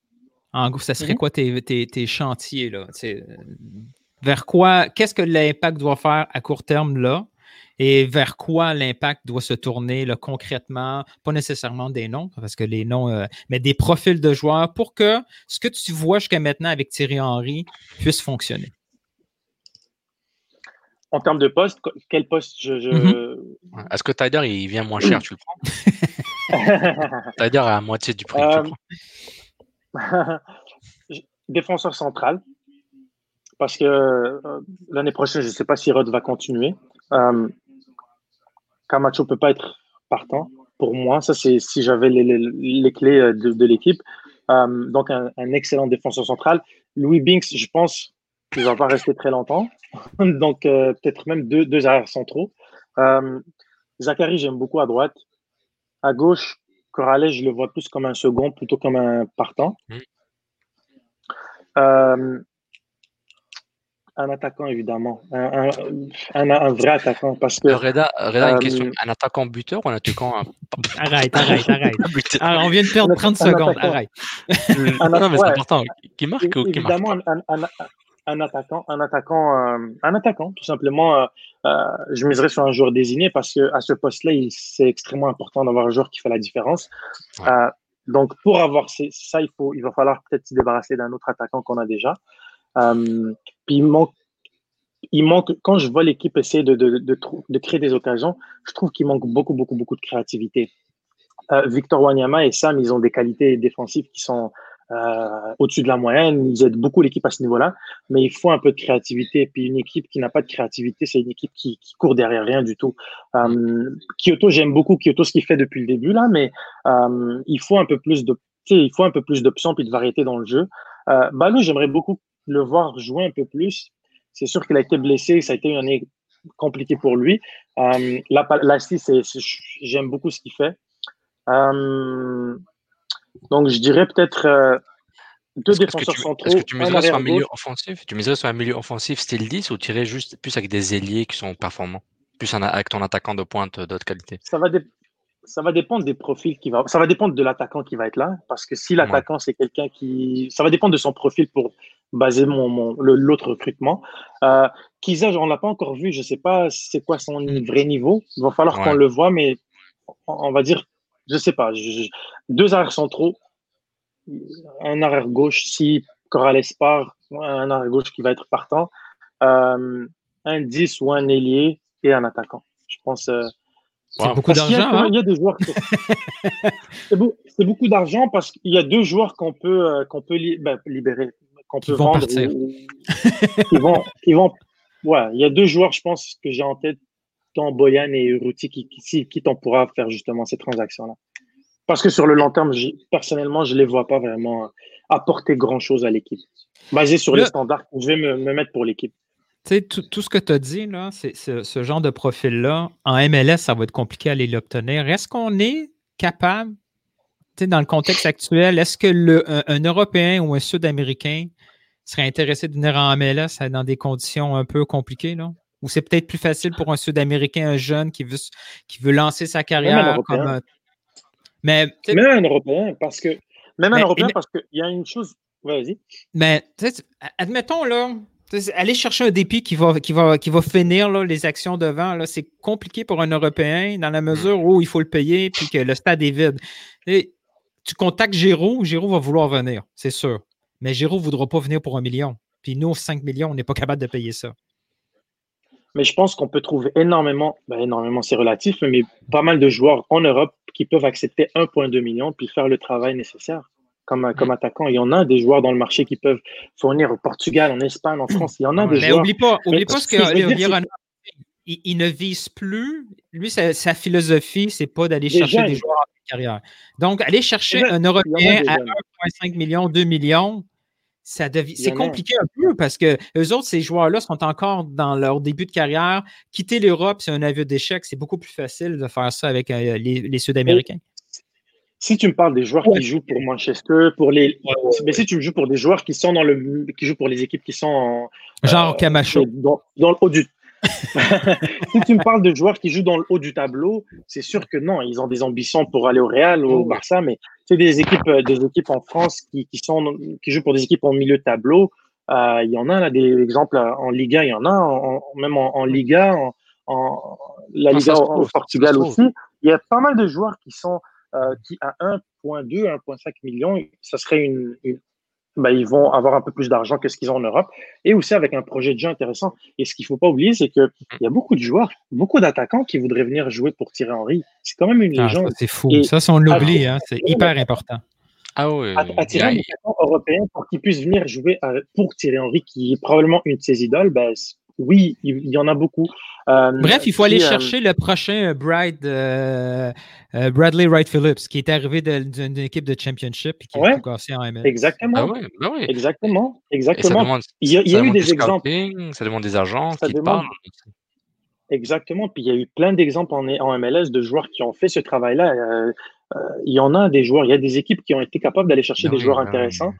Speaker 7: en gros, ça serait
Speaker 6: Mhm.
Speaker 7: quoi tes, tes, tes chantiers? Là? Tu sais, euh, vers quoi, qu'est-ce que l'Impact doit faire à court terme là? Et vers quoi l'Impact doit se tourner là, concrètement? Pas nécessairement des noms, parce que les noms, euh, mais des profils de joueurs pour que ce que tu vois jusqu'à maintenant avec Thierry Henry puisse fonctionner.
Speaker 6: En termes de poste, co- quel poste je,
Speaker 7: Mhm.
Speaker 6: je...
Speaker 5: Ouais. Est-ce que Tyder, il vient moins cher, tu le prends? Tyder à la moitié du prix, tu le
Speaker 6: Euh,
Speaker 5: prends?
Speaker 6: défenseur central, parce que euh, l'année prochaine, je ne sais pas si Rod va continuer. Euh, Camacho ne peut pas être partant pour moi. Ça, c'est si j'avais les, les, les clés de, de l'équipe. Euh, donc, un, un excellent défenseur central. Louis Binks, je pense qu'il ne va pas rester très longtemps. donc, euh, peut-être même deux, deux arrières centraux. Euh, Zachary, j'aime beaucoup à droite. À gauche, Corrales, je le vois plus comme un second, plutôt comme un partant.
Speaker 5: Mm.
Speaker 6: Euh, un attaquant, évidemment. Un, un, un, un vrai attaquant. Parce que.
Speaker 5: Reda, Reda, une
Speaker 6: euh,
Speaker 5: question. Un attaquant buteur ou un attaquant. Un...
Speaker 7: Arrête, arrête, arrête. Alors, on vient de perdre trente secondes. Arrête.
Speaker 6: Un,
Speaker 5: non, mais c'est
Speaker 6: ouais,
Speaker 5: important. Qui marque ou qui marque
Speaker 6: évidemment,
Speaker 5: pas?
Speaker 6: un, un, un attaquant, un attaquant, euh, un attaquant, tout simplement. Euh, euh, je miserais sur un joueur désigné parce que à ce poste-là, il- c'est extrêmement important d'avoir un joueur qui fait la différence.
Speaker 5: Ouais.
Speaker 6: Euh, donc, pour avoir ces- ça, il faut, il va falloir peut-être se débarrasser d'un autre attaquant qu'on a déjà. Euh, puis il manque, il manque. Quand je vois l'équipe essayer de, de, de, trou- de créer des occasions, je trouve qu'il manque beaucoup, beaucoup, beaucoup de créativité. Euh, Victor Wanyama et Sam, ils ont des qualités défensives qui sont euh, au-dessus de la moyenne. Ils aident beaucoup l'équipe à ce niveau-là, mais il faut un peu de créativité. Et puis une équipe qui n'a pas de créativité, c'est une équipe qui, qui court derrière rien du tout. Euh, Kyoto, j'aime beaucoup Kyoto ce qu'il fait depuis le début là, mais euh, il faut un peu plus de, tu sais, il faut un peu plus d'options puis de variété dans le jeu. Euh, Balou, j'aimerais beaucoup le voir jouer un peu plus. C'est sûr qu'il a été blessé, ça a été une année compliquée pour lui. Euh, là, là, c'est, c'est, j'aime beaucoup ce qu'il fait. Euh, donc, je dirais peut-être euh, deux
Speaker 5: Est-ce,
Speaker 6: défenseurs
Speaker 5: est-ce que tu,
Speaker 6: centraux,
Speaker 5: est-ce que tu
Speaker 6: un
Speaker 5: miserais sur un
Speaker 6: arrière
Speaker 5: milieu
Speaker 6: gauche.
Speaker 5: offensif? Tu miserais sur un milieu offensif style dix ou tu irais juste plus avec des ailiers qui sont performants? Plus un, avec ton attaquant de pointe d'autre qualité?
Speaker 6: Ça va, dé- ça va dépendre des profils qui va. Ça va dépendre de l'attaquant qui va être là, parce que si
Speaker 5: Ouais.
Speaker 6: l'attaquant c'est quelqu'un qui, ça va dépendre de son profil pour baser mon, mon le- l'autre recrutement. Euh, Kiza, on l'a pas encore vu. Je sais pas c'est quoi son vrai niveau. Il va falloir qu'on
Speaker 5: Ouais.
Speaker 6: le voit, mais on, on va dire, je sais pas. Je- je- deux arrières centraux. Un arrière gauche si Corrales part, un arrière gauche qui va être partant, euh, un dix ou un ailier et un attaquant. Je pense. Euh,
Speaker 7: C'est
Speaker 5: Wow.
Speaker 7: beaucoup
Speaker 6: parce qu'il y a,
Speaker 7: d'argent, hein?
Speaker 6: il y a des joueurs. c'est, beau- c'est beaucoup d'argent parce qu'il y a deux joueurs qu'on peut euh, qu'on peut li- ben, libérer, qu'on
Speaker 7: Qui
Speaker 6: peut
Speaker 7: vont
Speaker 6: vendre.
Speaker 7: partir.
Speaker 6: Ou, qui vont, qui vont. Ouais, il y a deux joueurs, je pense que j'ai en tête, dont Boyan et Urruti, qui, qui, qui, qui t'en pourra faire justement ces transactions-là. Parce que sur le long terme, j'y- personnellement, je ne les vois pas vraiment apporter grand-chose à l'équipe. Basé sur
Speaker 7: Là-
Speaker 6: les standards que je vais me, me mettre pour l'équipe.
Speaker 7: Tu sais, tout, tout ce que tu as dit, là, c'est, c'est- ce genre de profil-là, en M L S, ça va être compliqué à aller l'obtenir. Est-ce qu'on est capable, tu sais, dans le contexte actuel, est-ce que le, un, un Européen ou un Sud-Américain serait intéressé de venir en M L S dans des conditions un peu compliquées, là? Ou c'est peut-être plus facile pour un Sud-Américain, un jeune qui veut, s- qui veut lancer sa
Speaker 6: Même un
Speaker 7: carrière
Speaker 6: Européen.
Speaker 7: comme un- Mais, tu sais,
Speaker 6: Même un Européen, parce que. Même un
Speaker 7: Mais-
Speaker 6: Européen,
Speaker 7: mais-
Speaker 6: parce qu'il y a une chose. Ouais, vas-y.
Speaker 7: mais tu sais, admettons, là, tu sais, aller chercher un D P qui va, qui va, qui va finir là, les actions devant, là, c'est compliqué pour un Européen dans la mesure où il faut le payer puis que le stade est vide. Et tu contactes Giroud, Giroud va vouloir venir, c'est sûr. Mais Giroud ne voudra pas venir pour un million. Puis nous, cinq millions, on n'est pas capable de payer ça.
Speaker 6: Mais je pense qu'on peut trouver énormément, ben énormément, c'est relatif, mais pas mal de joueurs en Europe qui peuvent accepter un virgule deux million puis faire le travail nécessaire comme, comme attaquant. Il y en a des joueurs dans le marché qui peuvent fournir au Portugal, en Espagne, en France. Il y en a des
Speaker 7: Mais
Speaker 6: joueurs.
Speaker 7: oublie pas, oublie
Speaker 6: Mais
Speaker 7: pas ce
Speaker 6: ce
Speaker 7: que
Speaker 6: que je veux
Speaker 7: Léo
Speaker 6: dire,
Speaker 7: Ronaldo, il, il ne vise plus. Lui, sa, sa philosophie, c'est pas d'aller
Speaker 6: Des
Speaker 7: chercher
Speaker 6: jeunes.
Speaker 7: des joueurs en carrière. Donc, aller chercher
Speaker 6: Des jeunes.
Speaker 7: un
Speaker 6: Il y en a
Speaker 7: Européen
Speaker 6: des
Speaker 7: à
Speaker 6: jeunes.
Speaker 7: un virgule cinq million, deux millions, ça devient,
Speaker 6: Il y
Speaker 7: c'est
Speaker 6: en a.
Speaker 7: compliqué un peu parce que eux autres, ces joueurs-là sont encore dans leur début de carrière. Quitter l'Europe, c'est un aveu d'échec. C'est beaucoup plus facile de faire ça avec euh, les, les Sud-Américains.
Speaker 6: Si tu me parles des joueurs
Speaker 7: Ouais.
Speaker 6: qui jouent pour Manchester, pour les,
Speaker 7: Ouais, ouais,
Speaker 6: mais si tu me joues pour des joueurs qui sont dans le, qui jouent pour les équipes qui sont en,
Speaker 7: Genre
Speaker 6: euh,
Speaker 7: Camacho.
Speaker 6: dans, dans le haut du. Si tu me parles de joueurs qui jouent dans le haut du tableau, c'est sûr que non, ils ont des ambitions pour aller au Real ou au Barça, mais c'est des équipes, euh, des équipes en France qui, qui sont, qui jouent pour des équipes en milieu de tableau. Euh, Il y en a là des exemples euh, en Liga, il y en a, en, en- même en, en Liga, en, en la
Speaker 5: Non,
Speaker 6: Liga
Speaker 5: ça se
Speaker 6: au,
Speaker 5: trouve,
Speaker 6: au
Speaker 5: ça
Speaker 6: Portugal
Speaker 5: se trouve.
Speaker 6: aussi. Il y a pas mal de joueurs qui sont euh, qui à un virgule deux, un virgule cinq millions, ça serait une, une ben, ils vont avoir un peu plus d'argent que ce qu'ils ont en Europe et aussi avec un projet de jeu intéressant. Et ce qu'il ne faut pas oublier, c'est qu'il y a beaucoup de joueurs, beaucoup d'attaquants qui voudraient venir jouer pour Thierry Henry. C'est quand même une
Speaker 7: Ah, ça,
Speaker 6: légende.
Speaker 7: c'est fou.
Speaker 6: Et
Speaker 7: Ça, si on l'oublie,
Speaker 6: att-
Speaker 7: hein, c'est hyper important.
Speaker 5: Ah oui.
Speaker 6: att- attirer un attaquant européen pour qu'il puisse venir jouer à- pour Thierry Henry, qui est probablement une de ses idoles, ben, c- oui, il il y en a beaucoup. Euh,
Speaker 7: Bref, il faut
Speaker 6: puis,
Speaker 7: aller
Speaker 6: euh,
Speaker 7: chercher le prochain Bride, euh, euh, Bradley Wright Phillips, qui est arrivé de- d'une d'une équipe de championship et qui
Speaker 6: Ouais.
Speaker 7: a tout cassé en M L.
Speaker 6: Exactement.
Speaker 5: Ah oui, bah oui.
Speaker 6: Exactement.
Speaker 5: Et ça
Speaker 6: Exactement.
Speaker 5: demande,
Speaker 6: Il y a, il y
Speaker 5: ça
Speaker 6: a eu
Speaker 5: demande
Speaker 6: des
Speaker 5: du
Speaker 6: exemples.
Speaker 5: scouting, ça demande des agents
Speaker 6: Ça
Speaker 5: qui te
Speaker 6: demande-
Speaker 5: parlent.
Speaker 6: Exactement. Puis il y a eu plein d'exemples en, en M L S de joueurs qui ont fait ce travail-là. Euh, euh, il y en a des joueurs, il y a des équipes qui ont été capables d'aller chercher
Speaker 5: Ah
Speaker 6: des
Speaker 5: oui,
Speaker 6: joueurs
Speaker 5: ah oui.
Speaker 6: intéressants.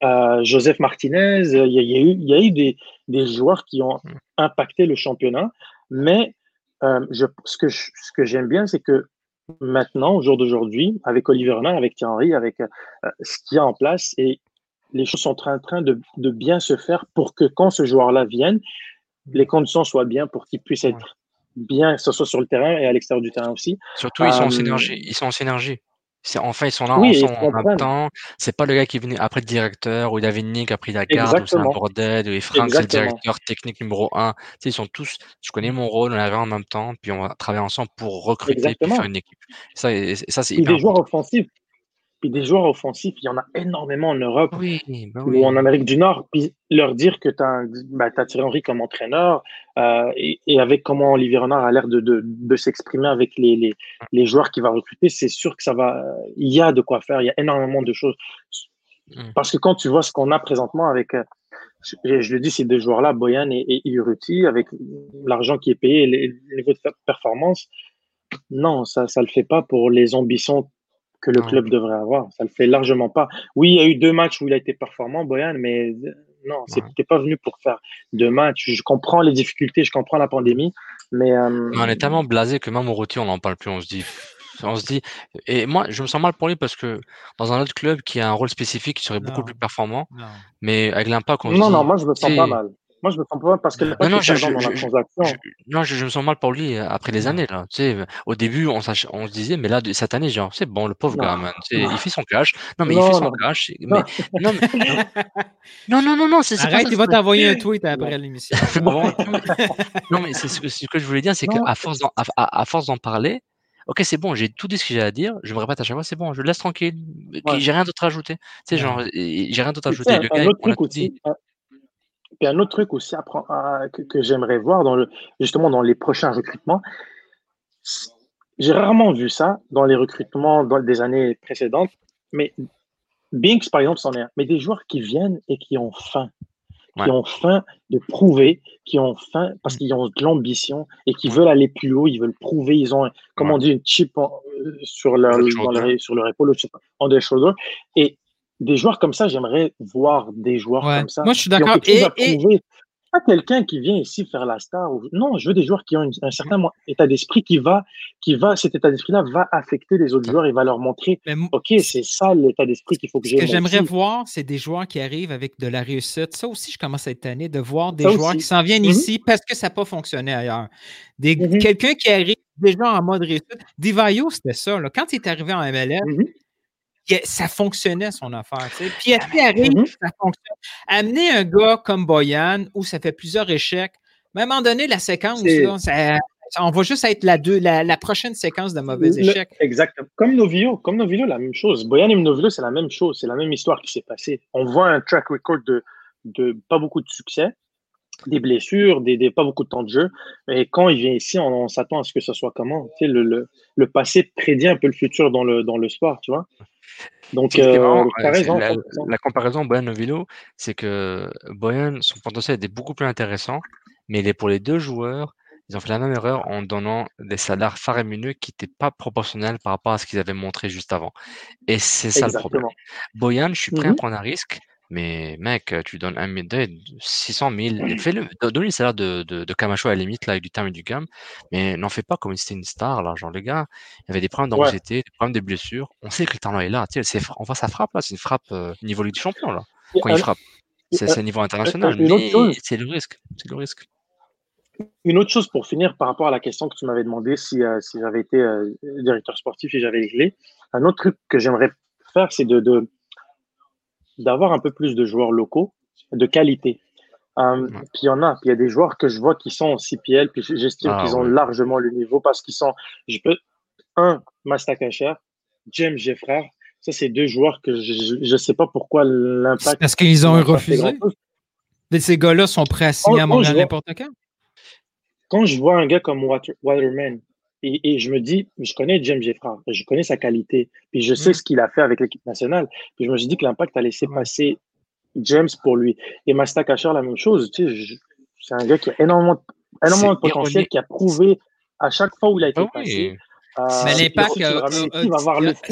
Speaker 6: euh, Joseph Martinez. Il y a, il y a eu, il y a eu des, des joueurs qui ont impacté le championnat. Mais euh, je, ce que, je, ce que j'aime bien, c'est que maintenant, au jour d'aujourd'hui, avec Olivier Renard, avec Thierry Henry, avec euh, ce qu'il y a en place, et les choses sont en train de, de bien se faire pour que quand ce joueur-là vienne, les conditions soient bien pour qu'il puisse être ouais. bien, que ce soit sur le terrain et à l'extérieur du terrain aussi.
Speaker 5: Surtout, ils sont euh, en synergie. Ils sont en synergie. C'est, enfin, ils sont là
Speaker 6: oui,
Speaker 5: ensemble en même temps. C'est pas le gars qui est venu après le directeur, ou il avait Nick, après la garde, ou c'est un bordel, ou Franck, c'est le directeur technique numéro un. Tu sais, ils sont tous, je connais mon rôle, on arrive en même temps, puis on va travailler ensemble pour recruter,
Speaker 6: Exactement.
Speaker 5: puis faire une équipe. Ça, et, ça c'est
Speaker 6: et
Speaker 5: hyper
Speaker 6: des joueurs
Speaker 5: important.
Speaker 6: offensifs. Puis des joueurs offensifs, il y en a énormément en Europe
Speaker 5: oui, ben oui.
Speaker 6: ou en Amérique du Nord. Puis leur dire que tu as bah, Thierry Henry comme entraîneur euh, et, et avec comment Olivier Renard a l'air de, de, de s'exprimer avec les, les, les joueurs qu'il va recruter, c'est sûr que ça va. Il y a de quoi faire. Il y a énormément de choses. Parce que quand tu vois ce qu'on a présentement avec, je, je le dis, ces deux joueurs-là, Bojan et, et Urruti, avec l'argent qui est payé et les, les niveaux de performance, non, ça ne le fait pas pour les ambitions que le non. club devrait avoir. Ça le fait largement pas. Oui, il y a eu deux matchs où il a été performant, Bojan, mais non, c'est ouais. pas venu pour faire deux matchs. Je comprends les difficultés, je comprends la pandémie, mais... Euh...
Speaker 5: On est tellement blasé que même au Urruti, on n'en parle plus. On se dit... On se dit... Et moi, je me sens mal pour lui parce que dans un autre club qui a un rôle spécifique, il serait non. beaucoup plus performant, non. mais avec l'impact, on
Speaker 6: non,
Speaker 5: se dit...
Speaker 6: Non, non, moi, je me sens pas mal. Moi, je me sens pas parce que
Speaker 5: non, non, je, je,
Speaker 6: dans
Speaker 5: je,
Speaker 6: la transaction.
Speaker 5: Je, non, je, je me sens mal pour lui après les années là. Tu sais, au début, on, on se disait, mais là, cette année, genre, c'est bon, le pauvre non. gars, man. Tu sais, il fait son cash. Non, mais non, il fait son non. cash. Mais, non, mais, non, non, non, non, c'est
Speaker 7: Arrête, il va t'envoyer un tweet après l'émission.
Speaker 5: Non, mais c'est ce, ce que je voulais dire, c'est qu'à force d'en, à, à, à force d'en parler, ok, c'est bon, j'ai tout dit ce que j'ai à dire, je me répète à chaque fois, c'est bon, je le laisse tranquille. Ouais. J'ai rien d'autre à ajouter. Tu sais, genre, j'ai rien d'autre à ajouter. Le
Speaker 6: gars, on a tout dit. Puis un autre truc aussi à, à, que, que j'aimerais voir dans le, justement dans les prochains recrutements, j'ai rarement vu ça dans les recrutements dans des années précédentes, mais Binks, par exemple, c'en est un. Mais des joueurs qui viennent et qui ont faim, qui ouais. ont faim de prouver, qui ont faim parce qu'ils ont de l'ambition et qui veulent aller plus haut, ils veulent prouver, ils ont, comme ouais. on dit, une chip en, euh, sur, leur, dans leur, sur leur épaule, on their shoulder. Et des joueurs comme ça, j'aimerais voir des joueurs ouais. comme ça.
Speaker 7: Moi, je suis d'accord.
Speaker 6: Et, et... Pas quelqu'un qui vient ici faire la star. Non, je veux des joueurs qui ont un certain état d'esprit qui va, qui va, cet état d'esprit-là va affecter les autres joueurs et va leur montrer, Mais OK, c'est ça l'état d'esprit qu'il faut que j'ai.
Speaker 7: Ce que j'aimerais aussi. voir, c'est des joueurs qui arrivent avec de la réussite. Ça aussi, je commence à être tanné de voir des ça joueurs aussi. qui s'en viennent mm-hmm. ici parce que ça n'a pas fonctionné ailleurs. Des, mm-hmm. Quelqu'un qui arrive déjà en mode réussite. Divayo, c'était ça. Là. Quand il est arrivé en M L S, mm-hmm. ça fonctionnait son affaire. T'sais. Puis P S G arrive, mm-hmm. ça fonctionne. Amener un gars comme Bojan, où ça fait plusieurs échecs, mais à un moment donné, la séquence, là, ça, on va juste être la, deux, la, la prochaine séquence de mauvais Le, échecs.
Speaker 6: Exactement. Comme Novillo, comme Novillo, la même chose. Bojan et Novillo, c'est la même chose. C'est la même histoire qui s'est passée. On voit un track record de, de pas beaucoup de succès, des blessures, des, des, pas beaucoup de temps de jeu. Et quand il vient ici, on, on s'attend à ce que ce soit comment. Tu sais, le, le, le passé prédit un peu le futur dans le, dans le sport, tu vois. Donc, euh,
Speaker 5: raison, la, la comparaison Bojan-Novillo, c'est que Bojan, son potentiel était beaucoup plus intéressant, mais il est pour les deux joueurs, ils ont fait la même erreur en donnant des salaires faramineux qui n'étaient pas proportionnels par rapport à ce qu'ils avaient montré juste avant. Et c'est ça Exactement. le problème. Bojan, je suis prêt mm-hmm. à prendre un risque, mais mec, tu donnes un six cent mille, fais-le, donne-lui le salaire de, de, de Camacho à la limite, là, avec du terme et du gamme, mais n'en fais pas comme si c'était une star, là. Genre, les gars, il y avait des problèmes d'anxiété, ouais. des problèmes de blessures. On sait que le talent est là. Tu sais, on voit sa frappe, là. C'est une frappe euh, niveau Ligue des Champions, là. Quand et il frappe. C'est, c'est niveau international, mais chose, c'est le risque. C'est le risque.
Speaker 6: Une autre chose pour finir par rapport à la question que tu m'avais demandé si, euh, si j'avais été euh, directeur sportif et j'avais les clés. Un autre truc que j'aimerais faire, c'est de, de d'avoir un peu plus de joueurs locaux de qualité. Um, ouais. Puis il y en a, puis il y a des joueurs que je vois qui sont en C P L, puis j'estime ah, qu'ils ont ouais. largement le niveau parce qu'ils sont, je peux, un, Mastakacher, James Jeffrey, ça c'est deux joueurs que je ne sais pas pourquoi l'impact.
Speaker 7: C'est parce qu'ils ont refusé. Ces gars-là sont prêts à signer quand, à Montréal n'importe quand.
Speaker 6: Quand je vois un gars comme Water, Waterman, Et, et je me dis, je connais James Jeffrey, je connais sa qualité, puis je sais mmh. ce qu'il a fait avec l'équipe nationale. Puis je me suis dit que l'Impact a laissé passer James pour lui. Et Mastakacher, la même chose. Tu sais, je, c'est un gars qui a énormément, énormément de potentiel, ironique. Qui a prouvé à chaque fois où il a été
Speaker 5: ah,
Speaker 6: passé.
Speaker 5: Oui.
Speaker 6: Euh,
Speaker 7: mais l'Impact,
Speaker 6: euh, euh, il va avoir le feu.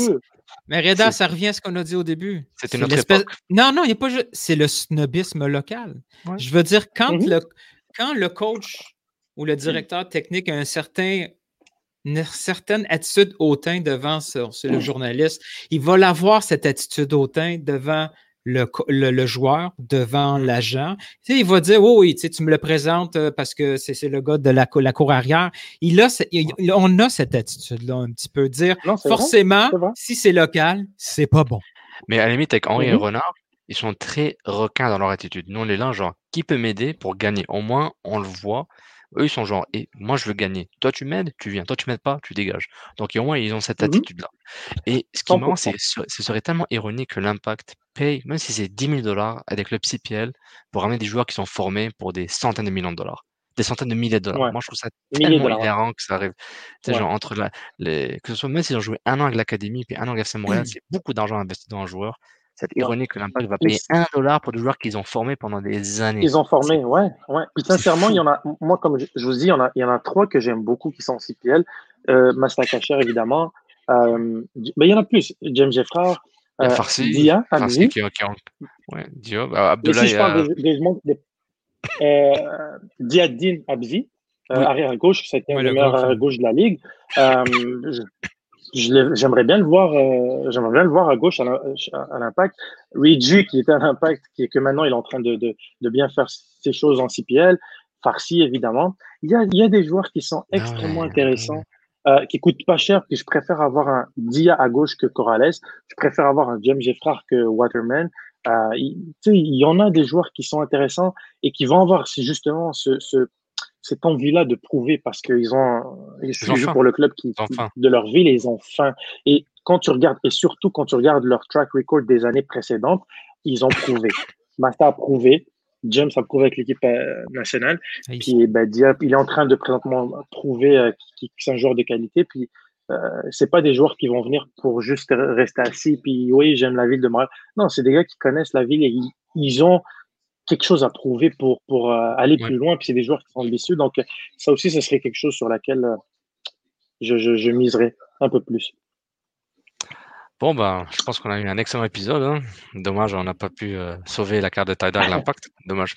Speaker 7: Mais Reda,
Speaker 5: C'est-
Speaker 7: ça revient à ce qu'on a dit au début.
Speaker 5: C'était
Speaker 7: C'est
Speaker 5: notre
Speaker 7: l'espèce-
Speaker 5: époque.
Speaker 7: Non, non, il n'y a pas juste. C'est le snobisme local.
Speaker 5: Ouais.
Speaker 7: Je veux dire, quand,
Speaker 6: Mhm.
Speaker 7: le, quand le coach ou le directeur technique a un certain, une certaine attitude hautain devant ce- ce- le journaliste, il va l'avoir, cette attitude hautain, devant le, co- le, le joueur, devant l'agent. Tu sais, il va dire, oh oui, tu sais, tu me le présentes euh, parce que c'est c'est le gars de la, co- la cour arrière. Il a, ce- il- il- on a cette attitude-là un petit peu. Dire,
Speaker 6: Non, c'est vrai,
Speaker 7: forcément,
Speaker 6: c'est vrai.
Speaker 7: si c'est local, c'est pas bon.
Speaker 5: Mais à la limite, avec Henri et
Speaker 6: Mhm.
Speaker 5: Renard, ils sont très requins dans leur attitude. Nous, on est là, genre, qui peut m'aider pour gagner? Au moins, on le voit. Eux, ils sont genre, et moi, je veux gagner. Toi, tu m'aides, tu viens. Toi, tu m'aides pas, tu dégages. Donc, au moins, ils ont cette
Speaker 6: Mhm.
Speaker 5: attitude-là. Et ce qui est
Speaker 6: cent
Speaker 5: marrant,
Speaker 6: pour cent.
Speaker 5: c'est ce serait tellement ironique que l'Impact paye, même si c'est dix mille dollars avec le C P L, pour ramener des joueurs qui sont formés pour des centaines de millions de dollars. Des centaines de milliers de dollars.
Speaker 6: Ouais.
Speaker 5: Moi, je trouve ça
Speaker 6: Milliers de
Speaker 5: tellement
Speaker 6: dollars. Ouais.
Speaker 5: hilarant que ça arrive. Tu sais,
Speaker 6: Ouais.
Speaker 5: genre, entre la, les, que ce soit même s'ils ont joué un an avec l'Académie, puis un an avec F C Montréal, c'est beaucoup d'argent investi dans un joueur. C'est
Speaker 6: Ouais.
Speaker 5: ironique que l'Impact va
Speaker 6: Mais
Speaker 5: payer un dollar pour des joueurs qu'ils ont formés pendant des années.
Speaker 6: Ils ont
Speaker 5: C'est
Speaker 6: formé, ouais, ouais. Puis
Speaker 5: c'est
Speaker 6: sincèrement, il y
Speaker 5: fou.
Speaker 6: en a, moi, comme je, je vous dis, il y en a, il y en a trois que j'aime beaucoup qui sont en C P L. Euh, Mastakacher, évidemment. Euh, mais il y en a plus. James Jeffrard,
Speaker 5: Il y a
Speaker 6: euh,
Speaker 5: Farsi,
Speaker 6: Dia,
Speaker 5: Farsi
Speaker 6: Abzi.
Speaker 5: qui, qui en... Ouais, Diop, euh,
Speaker 6: Mais si
Speaker 5: Abdoulaye.
Speaker 6: je parle
Speaker 5: euh,
Speaker 6: des, des, des, euh, Diadine Abzi, euh,
Speaker 5: Oui,
Speaker 6: arrière gauche, c'était un
Speaker 7: Ouais,
Speaker 6: des
Speaker 7: le
Speaker 6: meilleurs
Speaker 7: gauche.
Speaker 6: arrière
Speaker 7: ouais.
Speaker 6: gauche de la ligue. Euh, je- je l'ai- j'aimerais bien le voir, euh, j'aimerais bien le voir à gauche à, l'im- à l'Impact. Riju, qui était à l'Impact, qui est que maintenant il est en train de, de, de bien faire ses choses en C P L. Farsi, évidemment. Il y a, il y a des joueurs qui sont
Speaker 5: ah
Speaker 6: extrêmement
Speaker 5: ouais,
Speaker 6: intéressants, euh, qui coûtent pas cher, puis je préfère avoir un Dia à gauche que Corrales. Je préfère avoir un James Jeffrard que Waterman. Euh, il, tu sais, il y en a des joueurs qui sont intéressants et qui vont avoir c'est justement ce, ce, cette envie-là de prouver parce qu'ils ont, ils
Speaker 5: ils ont
Speaker 6: jouent
Speaker 5: faim.
Speaker 6: pour le club qui,
Speaker 5: Ils ont
Speaker 6: qui-
Speaker 5: faim.
Speaker 6: de leur ville et ils ont faim. Et quand tu regardes, et surtout quand tu regardes leur track record des années précédentes, ils ont prouvé. Masta a prouvé, James a prouvé avec l'équipe euh, nationale,
Speaker 7: Ah, il-
Speaker 6: puis ben, Diop, il est en train de présentement prouver euh, qu'il qu'il- que c'est un joueur de qualité. Puis euh, c'est pas des joueurs qui vont venir pour juste rester assis. Puis oui, j'aime la ville de Montréal. Non, c'est des gars qui connaissent la ville et ils, ils ont quelque chose à prouver pour, pour euh, aller
Speaker 5: Ouais.
Speaker 6: plus loin. Puis c'est des joueurs qui sont ambitieux. Donc, euh, ça aussi, ce serait quelque chose sur laquelle euh, je, je, je miserais un peu plus.
Speaker 5: Bon, ben, je pense qu'on a eu un excellent épisode. Hein. Dommage, on n'a pas pu euh, sauver la carte de Tidal l'Impact. Dommage.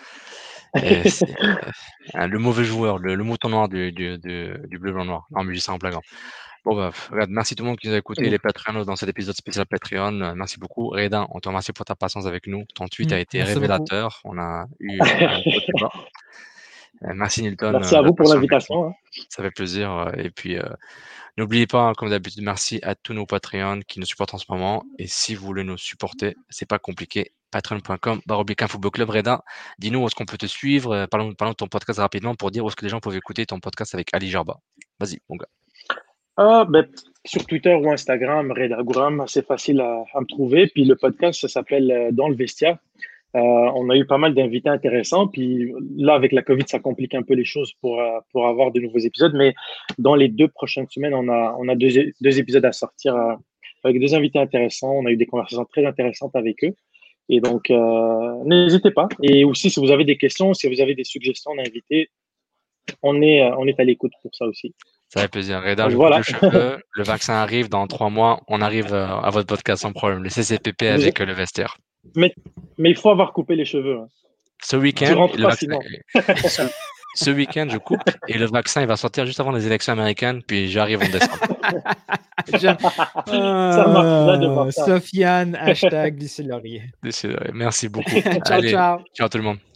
Speaker 5: Et c'est, euh, hein, le mauvais joueur, le, le mouton noir du, du, du, du bleu-blanc-noir. Non, mais je dis ça en blaguant. Bon, bah, regarde, merci tout le monde qui nous a écouté, les Patreons dans cet épisode spécial Patreon. Euh, Merci beaucoup. Reda, on te remercie pour ta patience avec nous. Ton tweet
Speaker 7: Mm,
Speaker 5: a été
Speaker 7: merci
Speaker 5: révélateur. On a eu un beau débat. Euh, Merci Nilton.
Speaker 6: Merci
Speaker 5: euh,
Speaker 6: à vous
Speaker 5: d'être
Speaker 6: pour
Speaker 5: passé avec nous.
Speaker 6: l'invitation. Hein.
Speaker 5: Ça fait plaisir. euh, Et puis, euh, n'oubliez pas, hein, comme d'habitude, merci à tous nos Patreons qui nous supportent en ce moment. Et si vous voulez nous supporter, c'est pas compliqué. patreon point com barre oblique football club. Reda, dis-nous où est-ce qu'on peut te suivre. Euh, Parlons, parlons de ton podcast rapidement pour dire où est-ce que les gens peuvent écouter ton podcast avec Ali Jarba. Vas-y, mon gars.
Speaker 6: Ah, ben, sur Twitter ou Instagram, Reda Gouram, c'est facile à, à me trouver. Puis le podcast, ça s'appelle euh, Dans le vestiaire. Euh, on a eu pas mal d'invités intéressants. Puis là, avec la COVID, ça complique un peu les choses pour, euh, pour avoir de nouveaux épisodes. Mais dans les deux prochaines semaines, on a, on a deux, deux épisodes à sortir euh, avec deux invités intéressants. On a eu des conversations très intéressantes avec eux. Et donc, euh, n'hésitez pas. Et aussi, si vous avez des questions, si vous avez des suggestions d'invités, on est, on est à l'écoute pour ça aussi.
Speaker 5: Ça fait plaisir. Reda, je
Speaker 6: Voilà.
Speaker 5: coupe les cheveux. Le vaccin arrive dans trois mois. On arrive euh, à votre podcast sans problème. Le C C P P avec euh, le vestiaire.
Speaker 6: Mais, mais il faut avoir coupé les cheveux. Hein.
Speaker 5: Ce
Speaker 6: Tu
Speaker 5: week-end,
Speaker 6: rentres
Speaker 5: le
Speaker 6: pas
Speaker 5: vaccin...
Speaker 6: sinon.
Speaker 5: ce, ce week-end, je coupe et le vaccin, il va sortir juste avant les élections américaines. Puis j'arrive en décembre.
Speaker 7: J'aime-
Speaker 6: Ça marche, là, de voir
Speaker 7: Ah,
Speaker 6: ça.
Speaker 7: Sofiane, hashtag Lucie Laurier.
Speaker 5: Merci beaucoup.
Speaker 7: Ciao,
Speaker 5: Allez,
Speaker 7: ciao.
Speaker 5: ciao tout le monde.